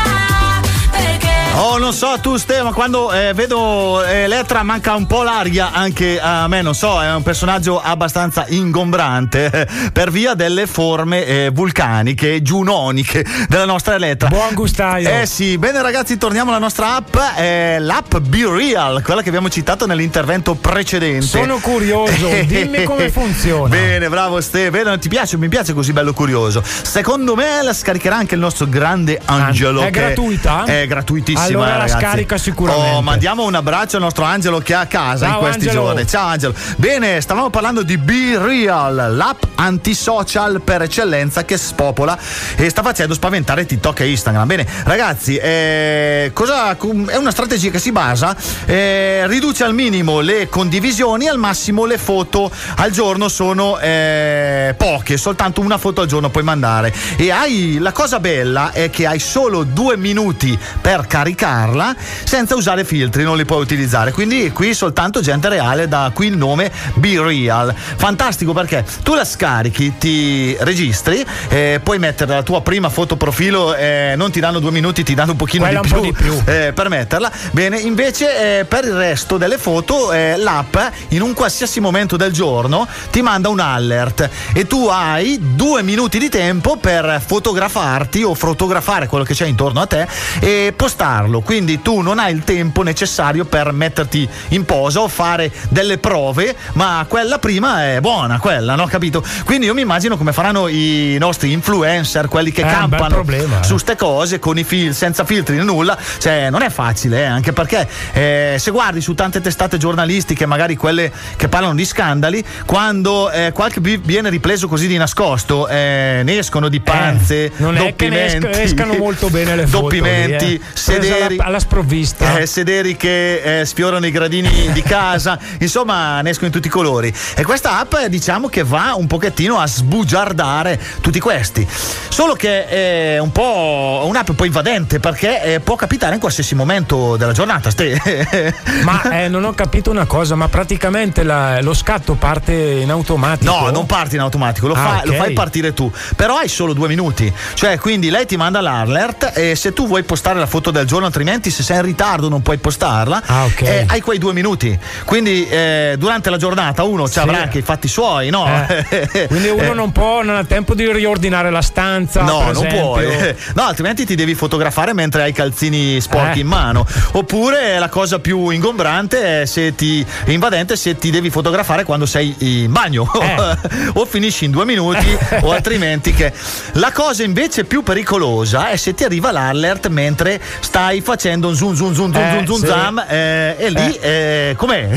perché Oh, non so tu Ste, ma quando eh, vedo eh, Elettra manca un po' l'aria anche a me, non so, è un personaggio abbastanza ingombrante eh, per via delle forme eh, vulcaniche, giunoniche della nostra Elettra. Buon gustaio. Eh sì, bene ragazzi, torniamo alla nostra app, eh, l'app Be Real, quella che abbiamo citato nell'intervento precedente. Sono curioso, dimmi come funziona. Bene, bravo Ste, bene, ti piace? Mi piace così bello curioso. Secondo me la scaricherà anche il nostro grande Angelo. È che gratuita? È gratuitissima. Allora la ragazzi. scarica sicuramente. Oh, mandiamo un abbraccio al nostro Angelo che è a casa Ciao, in questi Angelo. giorni. Ciao Angelo. Bene, stavamo parlando di Be Real, l'app antisocial per eccellenza che spopola e sta facendo spaventare TikTok e Instagram. Bene, ragazzi, eh, cosa, è una strategia che si basa, eh, riduce al minimo le condivisioni, al massimo le foto al giorno sono eh, poche, soltanto una foto al giorno puoi mandare. E hai la cosa bella è che hai solo due minuti per caricarla senza usare filtri, non li puoi utilizzare. Quindi qui soltanto gente reale, da qui il nome Be Real. Fantastico perché tu la scarichi, ti registri, eh, puoi mettere la tua prima foto profilo, eh, non ti danno due minuti, ti danno un pochino Quella di un più, po' di più. Eh, per metterla. Bene, invece eh, per il resto delle foto eh, l'app in un qualsiasi momento del giorno ti manda un alert e tu hai due minuti di tempo per fotografarti o fotografare quello che c'è intorno a te e postarlo. Quindi tu non hai il tempo necessario per metterti in posa o fare delle prove, ma quella prima è buona, quella, no? Capito? Quindi io mi immagino come faranno i nostri influencer, quelli che Eh, un bel campano problema, eh. su ste cose con i fil senza filtri né nulla. Cioè non è facile, eh, anche perché eh, se guardi su tante testate giornalistiche, magari quelle che parlano di scandali, quando eh, qualche vi- viene ripreso così di nascosto, eh, ne escono di panze, Eh, non è che ne esc- doppimenti, escano molto bene le foto doppimenti, lì, eh. sederi Presa alla, alla sprovvista. eh, sederi che eh, sfiorano i gradini di casa, insomma ne escono in tutti i colori. E questa app eh, diciamo che va un pochettino a sbugiardare tutti questi, solo che è un po' un'app un po' invadente perché eh, può capitare in qualsiasi momento della giornata. Ste. Ma eh, non ho capito una cosa, ma praticamente la- lo scatto parte in automatico? No, non parti in automatico, lo, Ah, fa- ok. lo fai partire tu, però hai solo due minuti, cioè quindi lei ti manda l'alert e se tu vuoi postare la foto del giorno, altrimenti se sei in ritardo non puoi postarla, Ah, ok. eh, hai quei due minuti, quindi eh, durante la giornata uno ci Sì. avrà anche i fatti suoi, no? Eh, Quindi uno Eh, non può, non ha tempo di riordinare la stanza. No, per non esempio. puoi. No, altrimenti ti devi fotografare mentre hai i calzini sporchi Eh. in mano. Oppure la cosa più ingombrante è se ti invadente se ti devi fotografare quando sei in bagno. Eh. O finisci in due minuti o altrimenti che. La cosa invece più pericolosa è se ti arriva l'alert mentre stai facendo un zoom zoom zoom zoom Eh, zoom zoom sì. zam eh, e lì eh, com'è?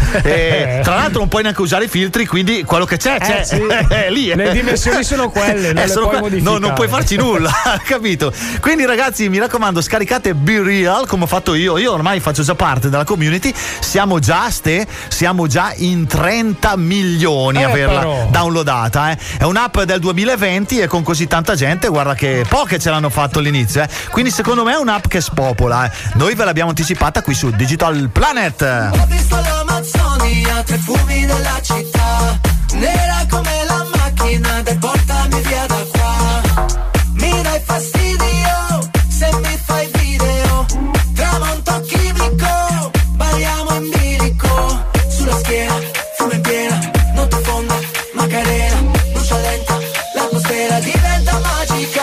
Eh, tra l'altro non puoi neanche usare i filtri, quindi quello che c'è c'è. Eh, sì. È lì. Le dimensioni sono quelle, non Eh, le sono puoi que- modificare. no, non puoi farci nulla, capito? Quindi ragazzi, mi raccomando, scaricate Be Real come ho fatto io. Io ormai faccio già parte della community. Siamo già, Ste, siamo già in trenta milioni Eh, a averla però. downloadata. Eh. È un'app del duemilaventi e con così tanta gente, guarda che poche ce l'hanno fatto all'inizio. Eh. Quindi secondo me è un'app che spopola. Eh. Noi ve l'abbiamo anticipata qui su Digital Planet. Ho visto l'Amazzonia, tre fumi della città, nera come la macchina del portami via da qua. Mi dai fastidio se mi fai video, tramonto chimico, balliamo in bilico, sulla schiena, fumo in piena, notte fonda, Macarena, brucia lenta, l'atmosfera diventa magica.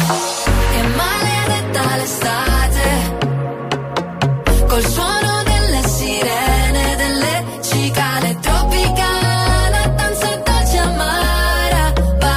Che maledetta l'estate, col suono delle sirene, delle cicale tropicana, danza dolce amara,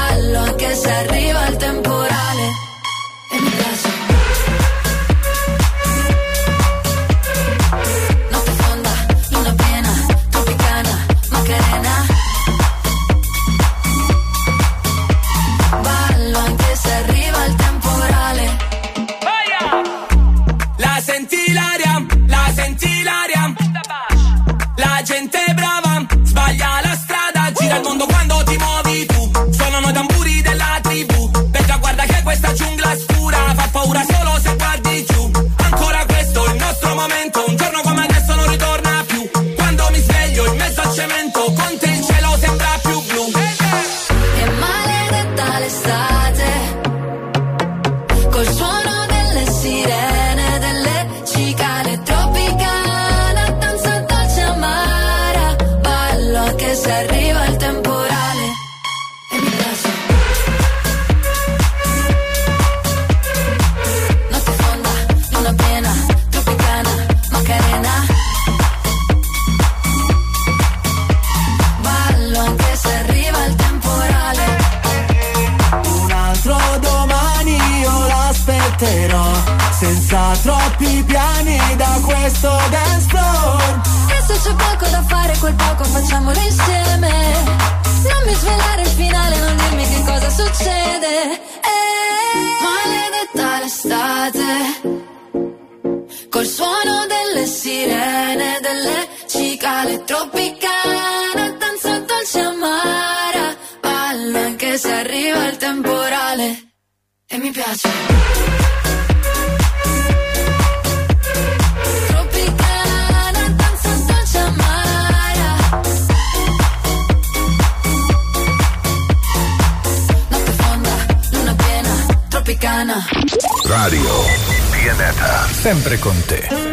partirò senza troppi piani da questo dance floor. E se c'è poco da fare, quel poco facciamolo insieme. Non mi svelare il finale, non dirmi che cosa succede. Eh, maledetta l'estate, col suono delle sirene, delle cicale tropicane, danza dolce e amara, ballo anche se arriva il temporale. E mi piace. Tropicana, danza dolce e amara. Notte fonda, luna piena, tropicana. Radio Pianeta, sempre con te.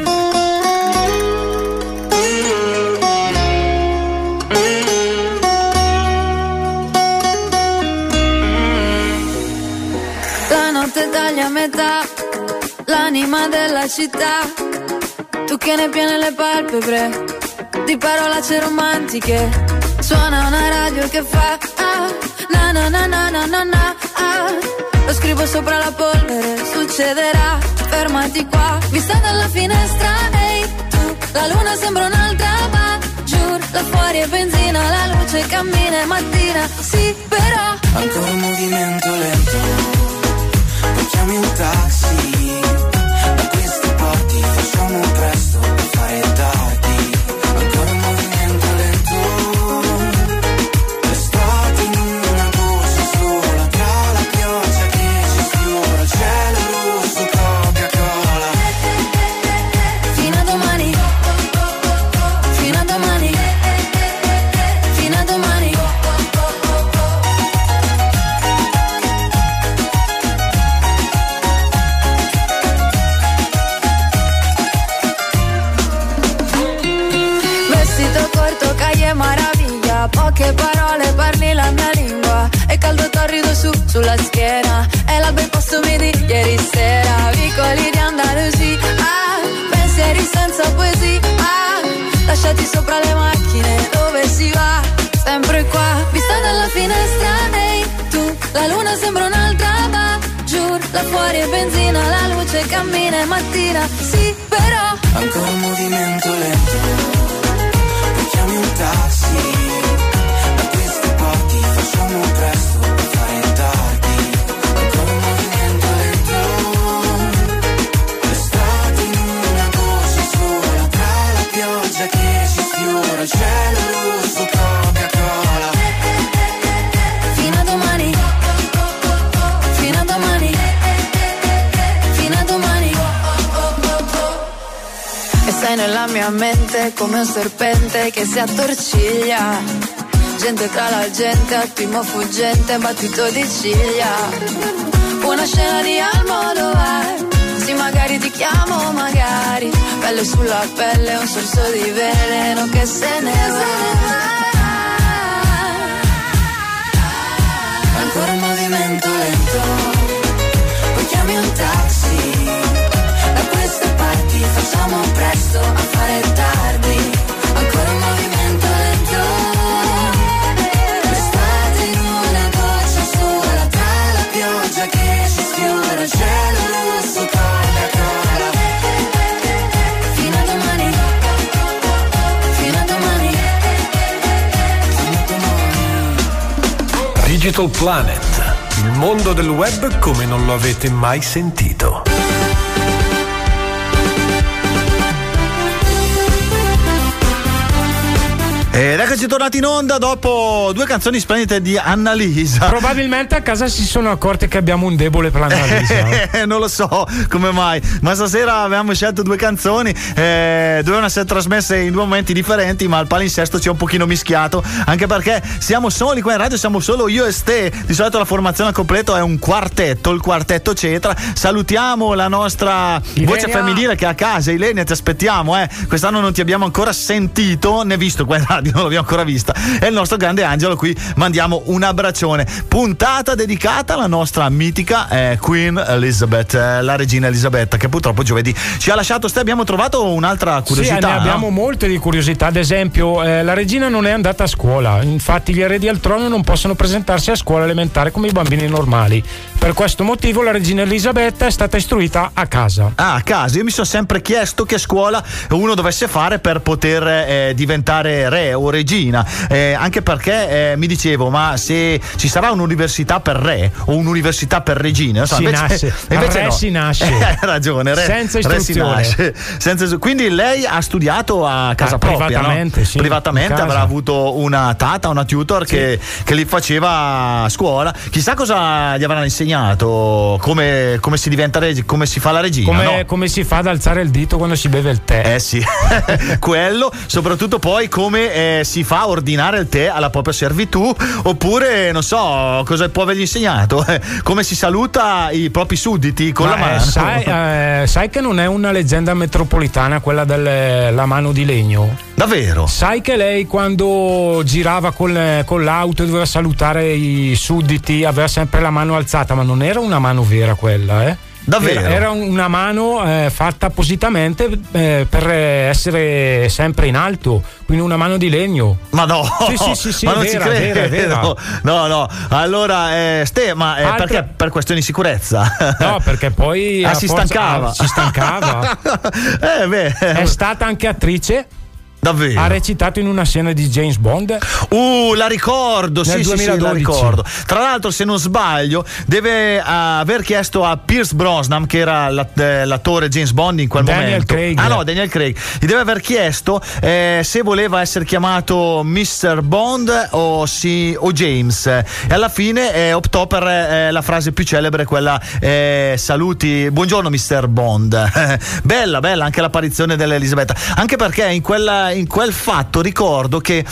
Te taglia a metà, l'anima della città. Tu che ne piene le palpebre di parolacce romantiche. Suona una radio che fa ah, na na na na na na na ah. Lo scrivo sopra la polvere, succederà, fermati qua. Vista dalla finestra, ehi hey, tu, la luna sembra un'altra, ma giù, là fuori è benzina, la luce cammina, è mattina, sì però. Ancora un movimento lento, chiami un taxi, da questi porti facciamo presto per fare tardi. Ancora un movimento lento, l'estate in una borsa sola, tra la pioggia che ci sfiora, il cielo rosso, Coca-Cola. Fino a domani, fino a domani, fino a domani. Maraviglia, poche parole, parli la mia lingua. E caldo torrido su, sulla schiena. E la bei postumi di ieri sera. Vicoli di Andalusia, ah, pensieri senza poesia, ah, lasciati sopra le macchine, dove si va? Sempre qua, vista dalla finestra, ehi hey, tu, la luna sembra un'altra, ma giù, là fuori è benzina, la luce cammina, è mattina, sì però. Ancora un movimento lento, chiami un taxi, da questi porti facciamo presto per fare tardi. Ancora un movimento lento, l'estate in una borsa sola, tra la pioggia che ci sfiora, il cielo rosso, Coca-Cola. Fino a domani, fino a domani, fino a domani. E sei nella mia mente come un serpente che si attorciglia. Gente tra la gente, attimo fuggente, battito di ciglia. Una scena di Almodovar, sì magari ti chiamo, magari. Pelle sulla pelle, un sorso di veleno che se ne va. Ancora un movimento lento, poi chiami un taxi, da queste parti facciamo presto a fare tardi. Ancora un movimento lento, l'estate in una goccia sola, tra la pioggia che ci sfiora, il cielo rosso, Coca-Cola. Fino a domani, fino a domani, fino a domani. Digital Planet, il mondo del web come non lo avete mai sentito. Ed eccoci tornati in onda dopo due canzoni splendide di Annalisa. Probabilmente a casa si sono accorti che abbiamo un debole per Annalisa. Eh, non lo so come mai, ma stasera avevamo scelto due canzoni, eh, dovevano essere trasmesse in due momenti differenti, ma il palinsesto ci è un pochino mischiato, anche perché siamo soli qua in radio, siamo solo io e Ste. Di solito la formazione al completo è un quartetto, il quartetto Cetra. Salutiamo la nostra Ilenia. Voce femminile che è a casa, Ilenia, ti aspettiamo, eh. Quest'anno non ti abbiamo ancora sentito né visto qua in radio, non l'abbiamo ancora vista. E il nostro grande Angelo, qui mandiamo un abbraccione. Puntata dedicata alla nostra mitica eh, Queen Elizabeth, eh, la regina Elisabetta, che purtroppo giovedì ci ha lasciato. Ste, abbiamo trovato un'altra curiosità. Sì, ne abbiamo no? molte di curiosità. Ad esempio, eh, la regina non è andata a scuola, infatti gli eredi al trono non possono presentarsi a scuola elementare come i bambini normali. Per questo motivo la regina Elisabetta è stata istruita a casa. Ah, a casa. Io mi sono sempre chiesto che scuola uno dovesse fare per poter eh, diventare re o regina, eh, anche perché eh, mi dicevo, ma se ci sarà un'università per re o un'università per regine, non so, si invece, nasce, invece re no. si nasce. Eh, hai ragione, re, senza re si istruzione. nasce. Senza, quindi lei ha studiato a casa Ah, propria, privatamente, no? sì, Privatamente in casa. avrà avuto una tata, una tutor Sì. che, che gli faceva a scuola. Chissà cosa gli avranno insegnato, come, come si diventa reg- come si fa la regina, Come, no? come si fa ad alzare il dito quando si beve il tè? Eh sì, quello, soprattutto poi come eh, si fa a ordinare il tè alla propria servitù, oppure non so cosa può avergli insegnato, eh, come si saluta i propri sudditi con Ma, la mano. eh, sai, eh, sai che non è una leggenda metropolitana quella della mano di legno? Davvero? Sai che lei quando girava con, con l'auto e doveva salutare i sudditi aveva sempre la mano alzata, ma non era una mano vera quella, eh? Davvero? Era, era una mano eh, fatta appositamente eh, per essere sempre in alto, quindi una mano di legno. Ma no, sì, sì, sì, sì, ma è non vera, ci credo. vera, vera. No, no. Allora, eh, Ste, ma eh, Altre- perché? Per questioni di sicurezza? No, perché poi Ah, a si forza- stancava. ah, si stancava. eh, beh. È stata anche attrice. Davvero? Ha recitato in una scena di James Bond. Uh, la ricordo, Nel sì, sì, sì, la duemiladodici. ricordo. Tra l'altro, se non sbaglio, deve uh, aver chiesto a Pierce Brosnan, che era la- eh, l'attore James Bond in quel Daniel momento. Craig. Ah no, Daniel Craig. Gli deve aver chiesto eh, se voleva essere chiamato mister Bond o, sì, o James. E alla fine eh, optò per eh, la frase più celebre, quella eh, saluti, buongiorno mister Bond. Bella, bella anche l'apparizione dell'Elisabetta. Anche perché in quella in quel fatto ricordo che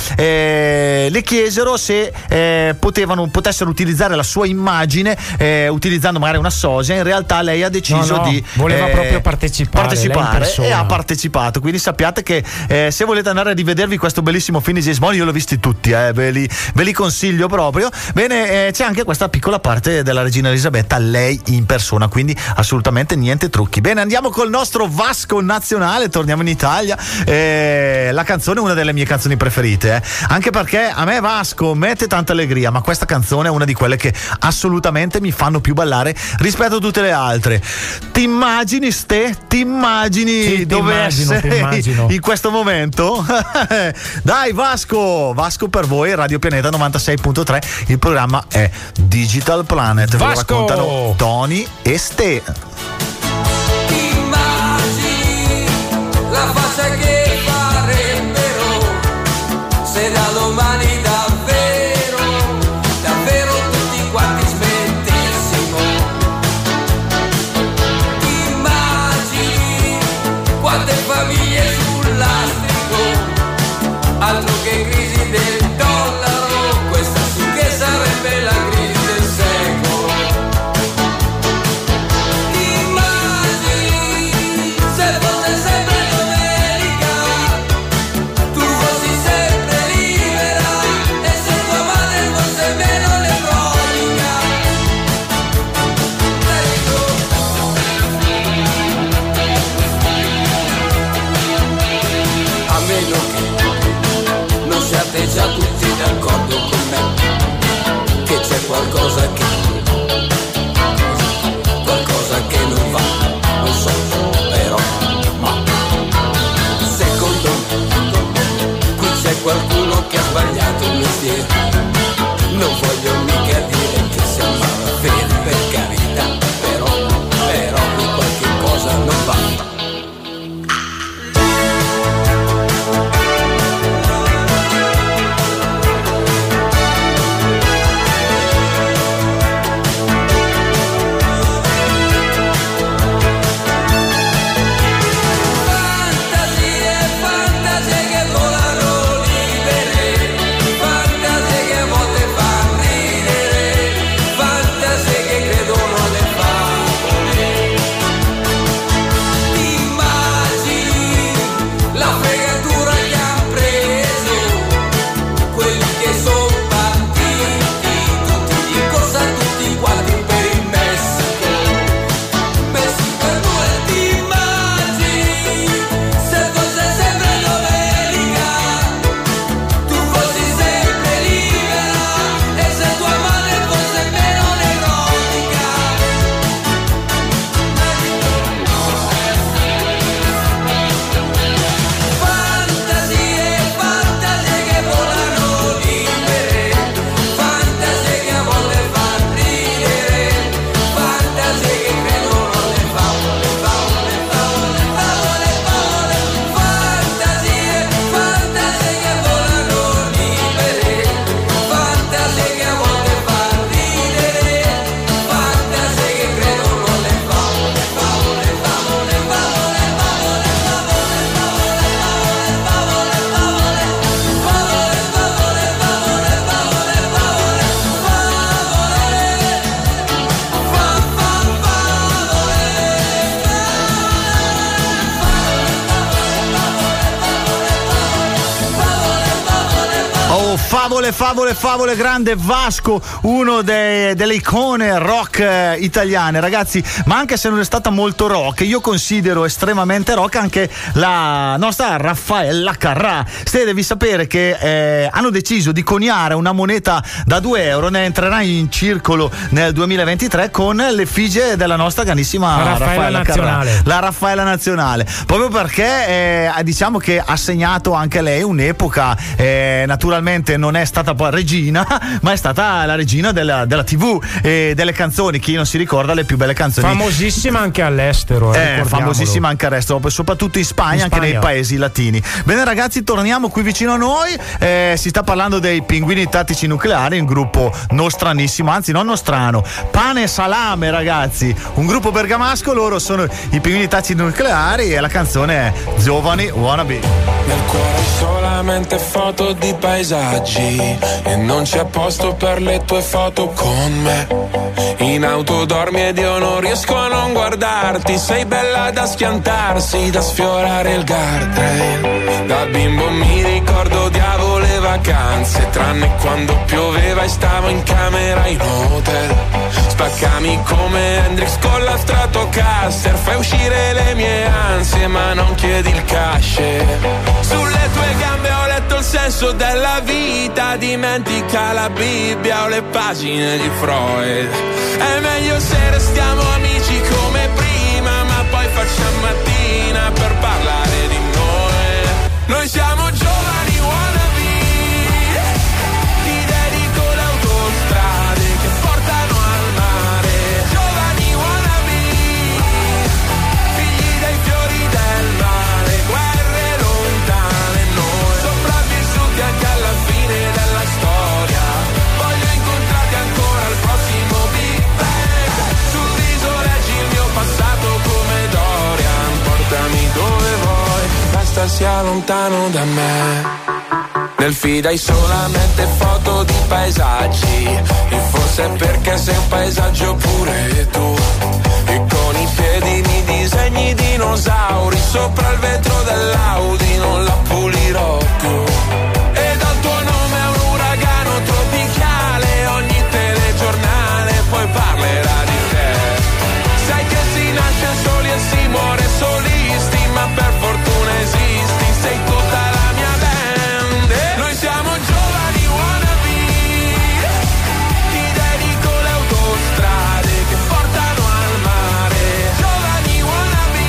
eh, le chiesero se eh, potevano potessero utilizzare la sua immagine eh, utilizzando magari una sosia. In realtà lei ha deciso No, no, di voleva eh, proprio partecipare, lei in partecipare persona. e ha partecipato. Quindi sappiate che eh, se volete andare a rivedervi questo bellissimo film di James Bond, io l'ho visti tutti, eh, ve, li, ve li consiglio proprio. Bene, eh, c'è anche questa piccola parte della regina Elisabetta, lei in persona, quindi assolutamente niente trucchi. Bene, andiamo col nostro Vasco nazionale, torniamo in Italia. Eh, la canzone è una delle mie canzoni preferite, eh. Anche perché a me Vasco mette tanta allegria, ma questa canzone è una di quelle che assolutamente mi fanno più ballare rispetto a tutte le altre. Ti immagini, Ste? Ti immagini Sì, ti dove immagino, essere ti immagino. in questo momento? Dai Vasco, Vasco per voi, Radio Pianeta novantasei virgola tre, il programma è Digital Planet. Ve lo Vasco! raccontano Tony e Ste. Immagini la faccia che farebbero se da domani davvero, davvero tutti quanti smettessimo. Immagini quante famiglie sul lastrico, altro che crisi del dollaro, questa sì che sarebbe la crisi del secolo. Immagini se fosse sempre domenica, tu fossi sempre libera e se tua madre fosse meno nevrotica. A meno che non siate già tutti d'accordo con me, che c'è qualcosa che qualcosa che non va, non so, però ma secondo me qui c'è qualcuno che ha sbagliato il mestiere. Non voglio mica dire che siamo feri, per carità, però però qui qualche cosa non va. favole, favole, favole, grande Vasco, uno de, delle icone rock eh, italiane, ragazzi. Ma anche se non è stata molto rock, io considero estremamente rock anche la nostra Raffaella Carrà. Ste devi sapere che eh, hanno deciso di coniare una moneta da due euro, ne entrerà in circolo nel duemilaventitré con l'effigie della nostra grandissima la Raffaella, Raffaella nazionale. Carrà, la Raffaella nazionale, proprio perché eh, diciamo che ha segnato anche lei un'epoca. Eh, naturalmente non è stata poi regina, ma è stata la regina della, della tivù e delle canzoni. Chi non si ricorda le più belle canzoni, famosissima anche all'estero, eh, eh, famosissima anche all'estero, soprattutto in Spagna, in Spagna, anche nei paesi latini. Bene ragazzi, torniamo qui vicino a noi. Eh, si sta parlando dei Pinguini Tattici Nucleari, un gruppo nostranissimo, anzi non nostrano, pane e salame, ragazzi, un gruppo bergamasco. Loro sono i Pinguini Tattici Nucleari e la canzone è Giovani Wannabe. Nel cuore solamente foto di paesaggi e non c'è posto per le tue foto con me. In auto dormi ed io non riesco a non guardarti. Sei bella da schiantarsi, da sfiorare il guardrail. Da bimbo mi ricordo diavolo le vacanze, tranne quando pioveva e stavo in camera in hotel. Spaccami come Hendrix con la Stratocaster, fai uscire le mie ansie ma non chiedi il cash. Sulle tue gambe ho letto il senso della vita, dimentica la Bibbia o le pagine di Freud. È meglio se restiamo amici come prima, ma poi facciamo mattina per parlare di noi. Noi siamo giovani wannabe, ti dedico le autostrade che portano al mare. Giovani wannabe, figli dei fiori del mare, guerre lontane noi, sopravvissuti anche alla fine della storia. Voglio incontrarti ancora al prossimo Big Bang. Sul viso leggi il mio passato come Dorian. Portami dove vuoi, basta sia lontano da me. Nel feed hai solamente foto di paesaggi, e forse è perché sei un paesaggio pure tu. E con i piedi mi disegni dinosauri sopra il vetro dell'Audi, non la pulirò più. E dal tuo nome a un uragano tropicale, ogni telegiornale poi parlerà di te. Sai che si nasce soli e si muore solisti, ma per fortuna esisti, sei tutta la mia band. Noi siamo giovani wannabe, ti dedico le autostrade che portano al mare. Giovani wannabe,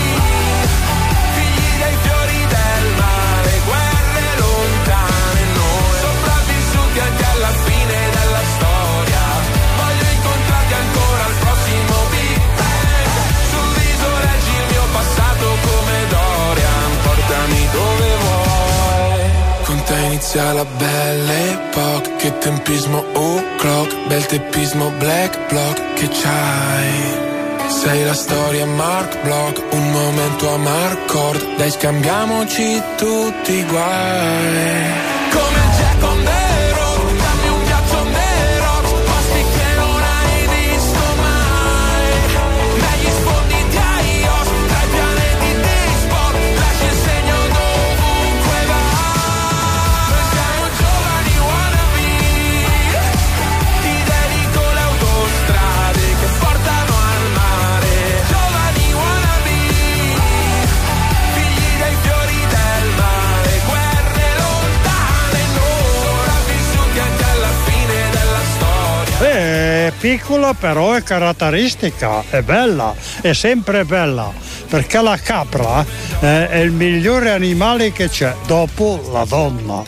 figli dei fiori del mare, guerre lontane noi, sopravvissuti anche alla fine della storia. Voglio incontrarti ancora al prossimo Big Bang. Sul viso leggi il mio passato come Dorian. Portami dove vuoi, con te inizia la belle epoca. Che tempismo o'clock, bel teppismo black block che c'hai. Sei la storia Mark Block, un momento a Marcord. Dai scambiamoci tutti i guai. Come Jack on the road, dammi un ghiaccio on the rocks, posti che non hai visto mai. Negli sfondi di Aios, tra i pianeti di sport, lascia il segno dovunque vai. Noi siamo giovani wannabe, ti dedico le autostrade che portano al mare. Giovani wannabe, figli dei fiori del mare, guerre lontane noi, sopravvissuti anche alla fine della storia. È piccola però è caratteristica, è bella, è sempre bella, perché la capra eh, è il migliore animale che c'è dopo la donna.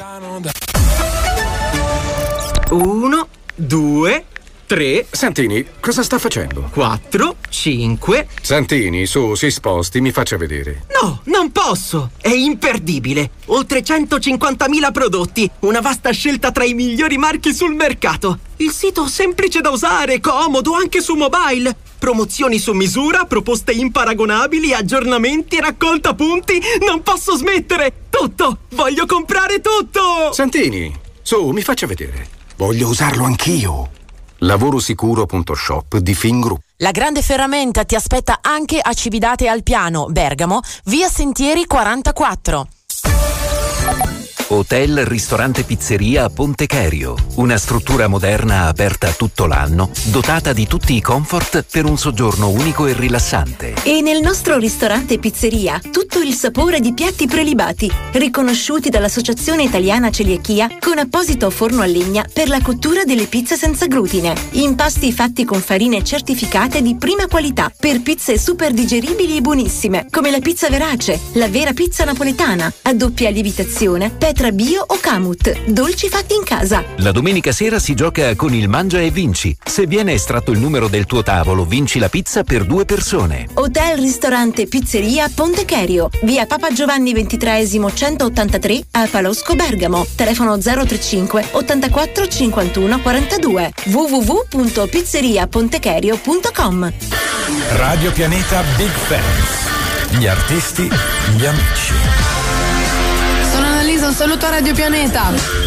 Uno, due, tre. Santini, cosa sta facendo? Quattro, cinque. Santini, su, si sposti, mi faccia vedere. No, non posso! È imperdibile! Oltre centocinquantamila prodotti, una vasta scelta tra i migliori marchi sul mercato. Il sito semplice da usare, comodo anche su mobile. Promozioni su misura, proposte imparagonabili, aggiornamenti, raccolta punti. Non posso smettere! Tutto! Voglio comprare tutto! Santini, su, mi faccia vedere. Voglio usarlo anch'io. Lavorosicuro punto shop di Fingroup. La grande ferramenta ti aspetta anche a Cividate al Piano, Bergamo, via Sentieri quarantaquattro. Hotel, ristorante, pizzeria a Ponte Cherio. Una struttura moderna aperta tutto l'anno, dotata di tutti i comfort per un soggiorno unico e rilassante. E nel nostro ristorante pizzeria tutto il sapore di piatti prelibati, riconosciuti dall'Associazione Italiana Celiachia, con apposito forno a legna per la cottura delle pizze senza glutine. Impasti fatti con farine certificate di prima qualità per pizze super digeribili e buonissime, come la pizza verace, la vera pizza napoletana, a doppia lievitazione, petra bio o camut, dolci fatti in casa. La domenica sera si gioca con il Mangia e Vinci. Se viene estratto il numero del tuo tavolo, vinci la pizza per due persone. Hotel, ristorante, pizzeria Ponte Cherio, via Papa Giovanni ventitreesimo centottantatré a Palosco Bergamo. Telefono zero trentacinque ottantaquattro cinquantuno quarantadue. w w w punto pizzeria pontecherio punto com. Radio Pianeta Big Fans. Gli artisti, gli amici. Sono Annalisa, un saluto a Radio Pianeta.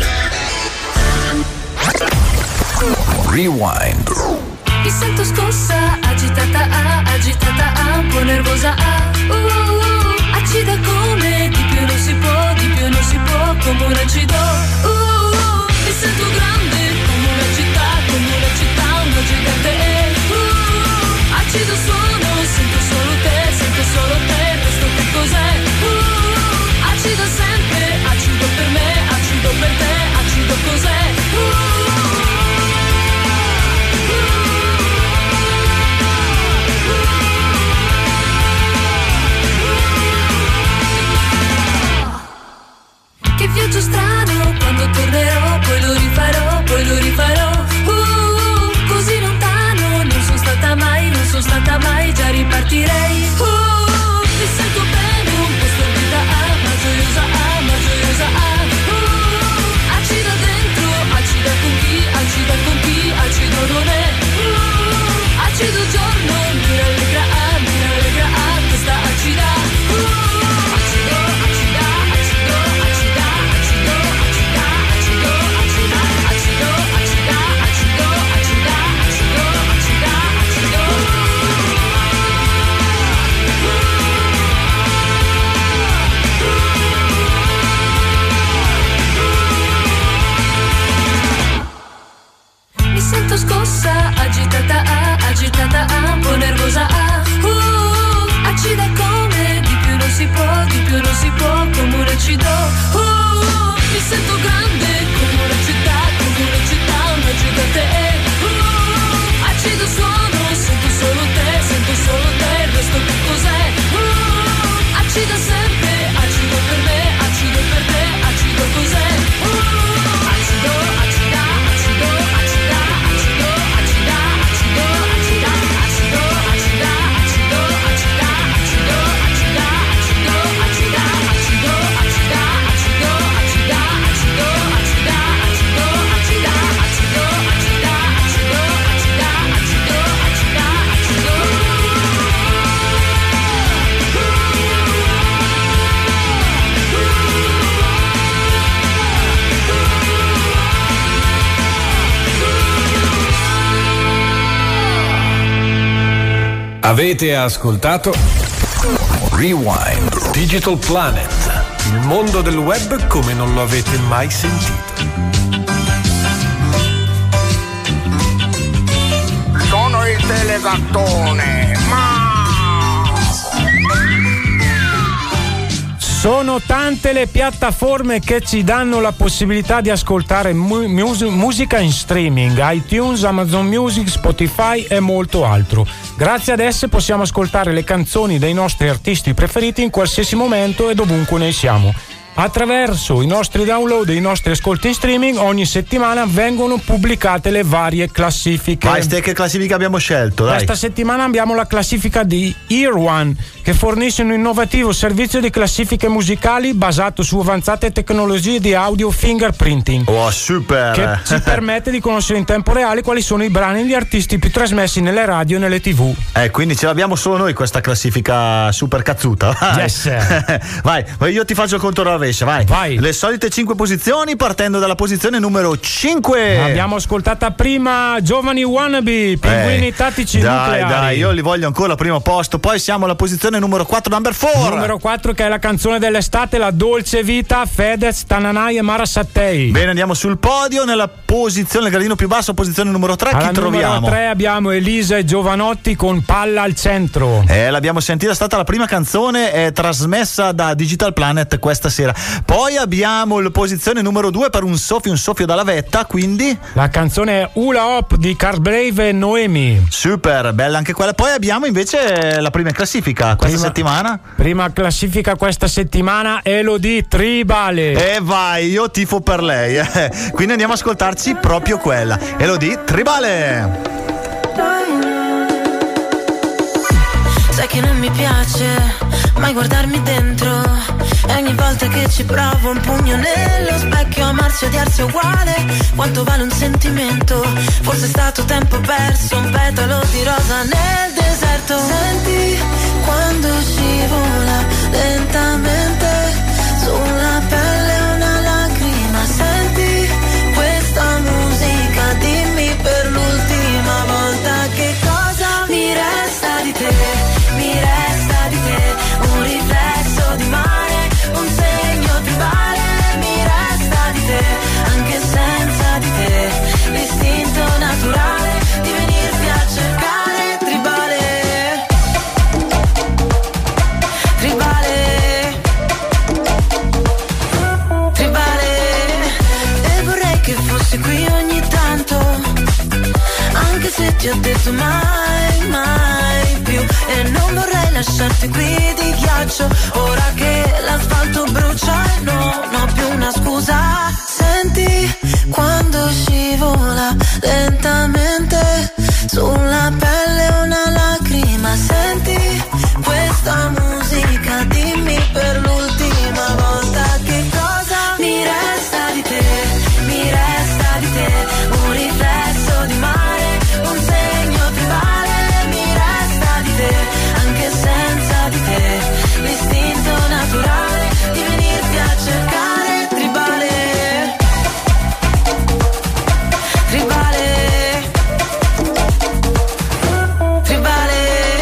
Rewind. Mi sento scossa, agitata, ah, agitata, ah, un po' nervosa, ah, uh, uh, uh, acida come, di più non si può, di più non si può, come un acido, uh, uh, mi sento grande, come una città, come una città, una gigante, uh, uh, acido suono, sento solo te, sento solo te, questo che cos'è, uh, uh, acido sempre, acido per me, acido per te, acido cos'è, uh, uh, che viaggio strano, quando tornerò, poi lo rifarò, poi lo rifarò. Uh, uh, così lontano, non sono stata mai, non sono stata mai, già ripartirei. Uh, uh, mi sento bene, un po' stordita, ah, ma gioiosa, ah, ma gioiosa, ah. Uh, uh, acida dentro, acida con chi, acida con chi, acido non è. Uh, uh, acido giorno, mi rallegra, ah, mi rallegra, ah, questa acida. Uh, acido, acida, acido, acida. Mi sento scossa, agitata, ah, agitata, ah, un po' nervosa, ah, uh, uh, acida come, di più non si può, di più non si può, come un acido, uh, uh, mi sento grande, come una città, come una città, una gigante, uh, uh, acido suono, sento solo te, sento solo te, il resto che cos'è, uh, uh, acida sempre, acido per me, acido per te, acido cos'è, uh, uh, acido, acida, acido, acida, acido, acida, acido, acida, acido, acida, acido, acida, acido, acida, acido, acida, acido, acida, acido, acida, acido, acida, acido, acida, acido, acida, acido, acida, acido, acida, acido. Avete ascoltato Rewind Digital Planet, il mondo del web come non lo avete mai sentito. Sono il telegattone, ma Sono tante le piattaforme che ci danno la possibilità di ascoltare mu- mus- musica in streaming, iTunes, Amazon Music, Spotify e molto altro. Grazie ad esse possiamo ascoltare le canzoni dei nostri artisti preferiti in qualsiasi momento e dovunque noi siamo. Attraverso i nostri download e i nostri ascolti in streaming ogni settimana vengono pubblicate le varie classifiche. Vai, ste che classifica abbiamo scelto? Dai. Questa settimana abbiamo la classifica di Ear One, che fornisce un innovativo servizio di classifiche musicali basato su avanzate tecnologie di audio fingerprinting. Oh, super! Che ci permette di conoscere in tempo reale quali sono i brani e gli artisti più trasmessi nelle radio e nelle tivù. Eh, quindi ce l'abbiamo solo noi questa classifica super cazzuta. Vai. Yes. Vai, io ti faccio il conto alla rovescia. rovescia, vai. Vai. Le solite cinque posizioni, partendo dalla posizione numero cinque. Abbiamo ascoltata prima Giovani Wannabe, Pinguini Eh, Tattici Dai, Nucleari. dai, io li voglio ancora al primo posto. Poi siamo alla posizione numero quattro, number four. Numero quattro, che è la canzone dell'estate, La Dolce Vita, Fedez, Tananai e Mara Sattei. Bene, andiamo sul podio. Nella posizione, il gradino più basso, posizione numero tre. Alla Chi troviamo? numero tre abbiamo Elisa e Giovanotti con Palla al centro. Eh, l'abbiamo sentita, è stata la prima canzone eh, trasmessa da Digital Planet questa sera. Poi abbiamo la posizione numero due per un soffio, un soffio dalla vetta, quindi la canzone è Hula Hop di Carl Brave e Noemi. Super, bella anche quella. Poi abbiamo invece la prima in classifica questa Prima- settimana. Prima classifica questa settimana, Elodie Tribale. E vai, io tifo per lei. eh. Quindi andiamo ad ascoltarci proprio quella. Elodie Tribale. Sai che non mi piace mai guardarmi dentro, e ogni volta che ci provo un pugno nello specchio. Amarsi e odiarsi è uguale, quanto vale un sentimento? Forse è stato tempo perso, un petalo di rosa nel deserto. Senti quando scivola lentamente sulla pelle una lacrima. Senti questa musica, dimmi per l'ultima volta che cosa mi resta di te. Mi resta di te un riflesso di mare, un segno tribale. Mi resta di te, anche senza di te, l'istinto naturale di venirti a cercare. Tribale, tribale, tribale. E vorrei che fossi qui ogni tanto, anche se ti ho detto mai, mai più. E non vorrei lasciarti qui di ghiaccio, ora che l'asfalto brucia e non ho più una scusa. Senti quando scivola lentamente sulla pelle una lacrima. Senti questa musica, dimmi per l'ultima volta che cosa mi resta di te. Mi resta di te un riflesso di mare, un segno tribale. Mi resta di te, anche senza di te, l'istinto naturale di venirti a cercare. Tribale, tribale, tribale.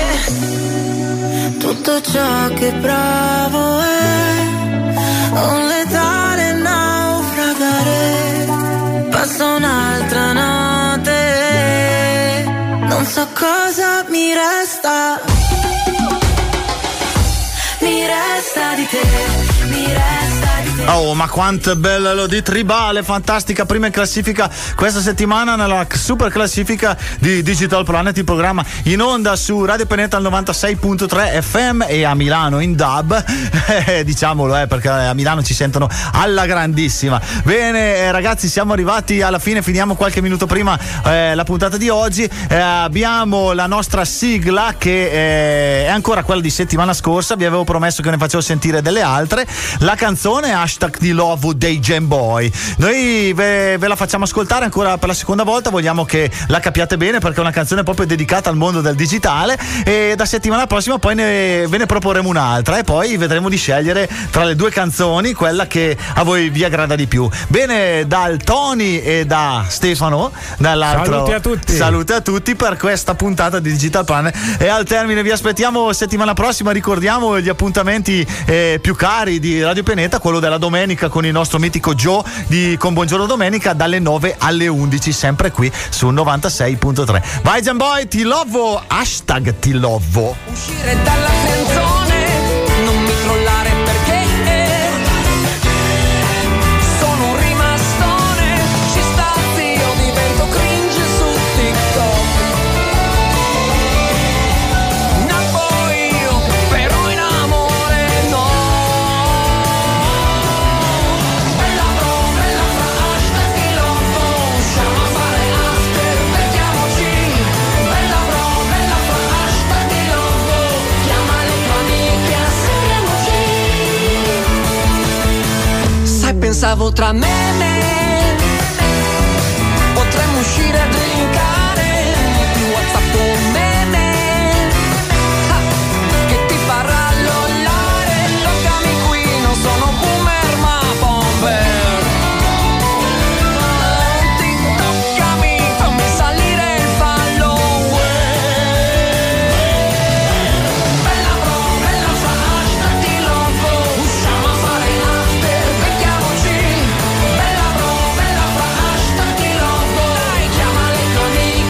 Tutto ciò che provo è un letale naufragare. Passa un'altra notte, non so cosa mi resta. Mi resta di te, mi resta di te. Oh, ma quanto è bella Elodie Tribale, fantastica, prima in classifica questa settimana nella super classifica di Digital Planet, il programma in onda su Radio Pianeta al novantasei virgola tre F M e a Milano in D A B, eh, diciamolo eh, perché a Milano ci sentono alla grandissima. Bene eh, ragazzi, siamo arrivati alla fine, finiamo qualche minuto prima eh, la puntata di oggi. Eh, abbiamo la nostra sigla che eh, è ancora quella di settimana scorsa, vi avevo promesso che ne facevo sentire delle altre. La canzone è Hashtag di Love dei Jam Boy. Noi ve, ve la facciamo ascoltare ancora per la seconda volta, vogliamo che la capiate bene perché è una canzone proprio dedicata al mondo del digitale, e da settimana prossima poi ne, ve ne proporremo un'altra e poi vedremo di scegliere tra le due canzoni quella che a voi vi aggrada di più. Bene, dal Tony e da Stefano, dall'altro saluti a tutti, saluti a tutti per questa puntata di Digital Planet, e al termine vi aspettiamo settimana prossima. Ricordiamo gli appuntamenti eh, più cari di Radio Pianeta, quello della domenica con il nostro mitico Joe di Con Buongiorno Domenica dalle nove alle undici, sempre qui su novantasei virgola tre. Vai Jam Boy, ti lovo, hashtag ti lovo. Uscire dalla friendzone, non mi trollare perché sono un rimastone, ci sta, io divento cringe su TikTok. Nappo io, però in amore no. Bella bro, bella fra, hashtag ti lovo, usciamo a fare after, perdiamoci. Bella bro, bella fra, hashtag ti lovo, chiama le tue amiche, asseriamoci. Sai, pensavo tra me e me potremmo uscire a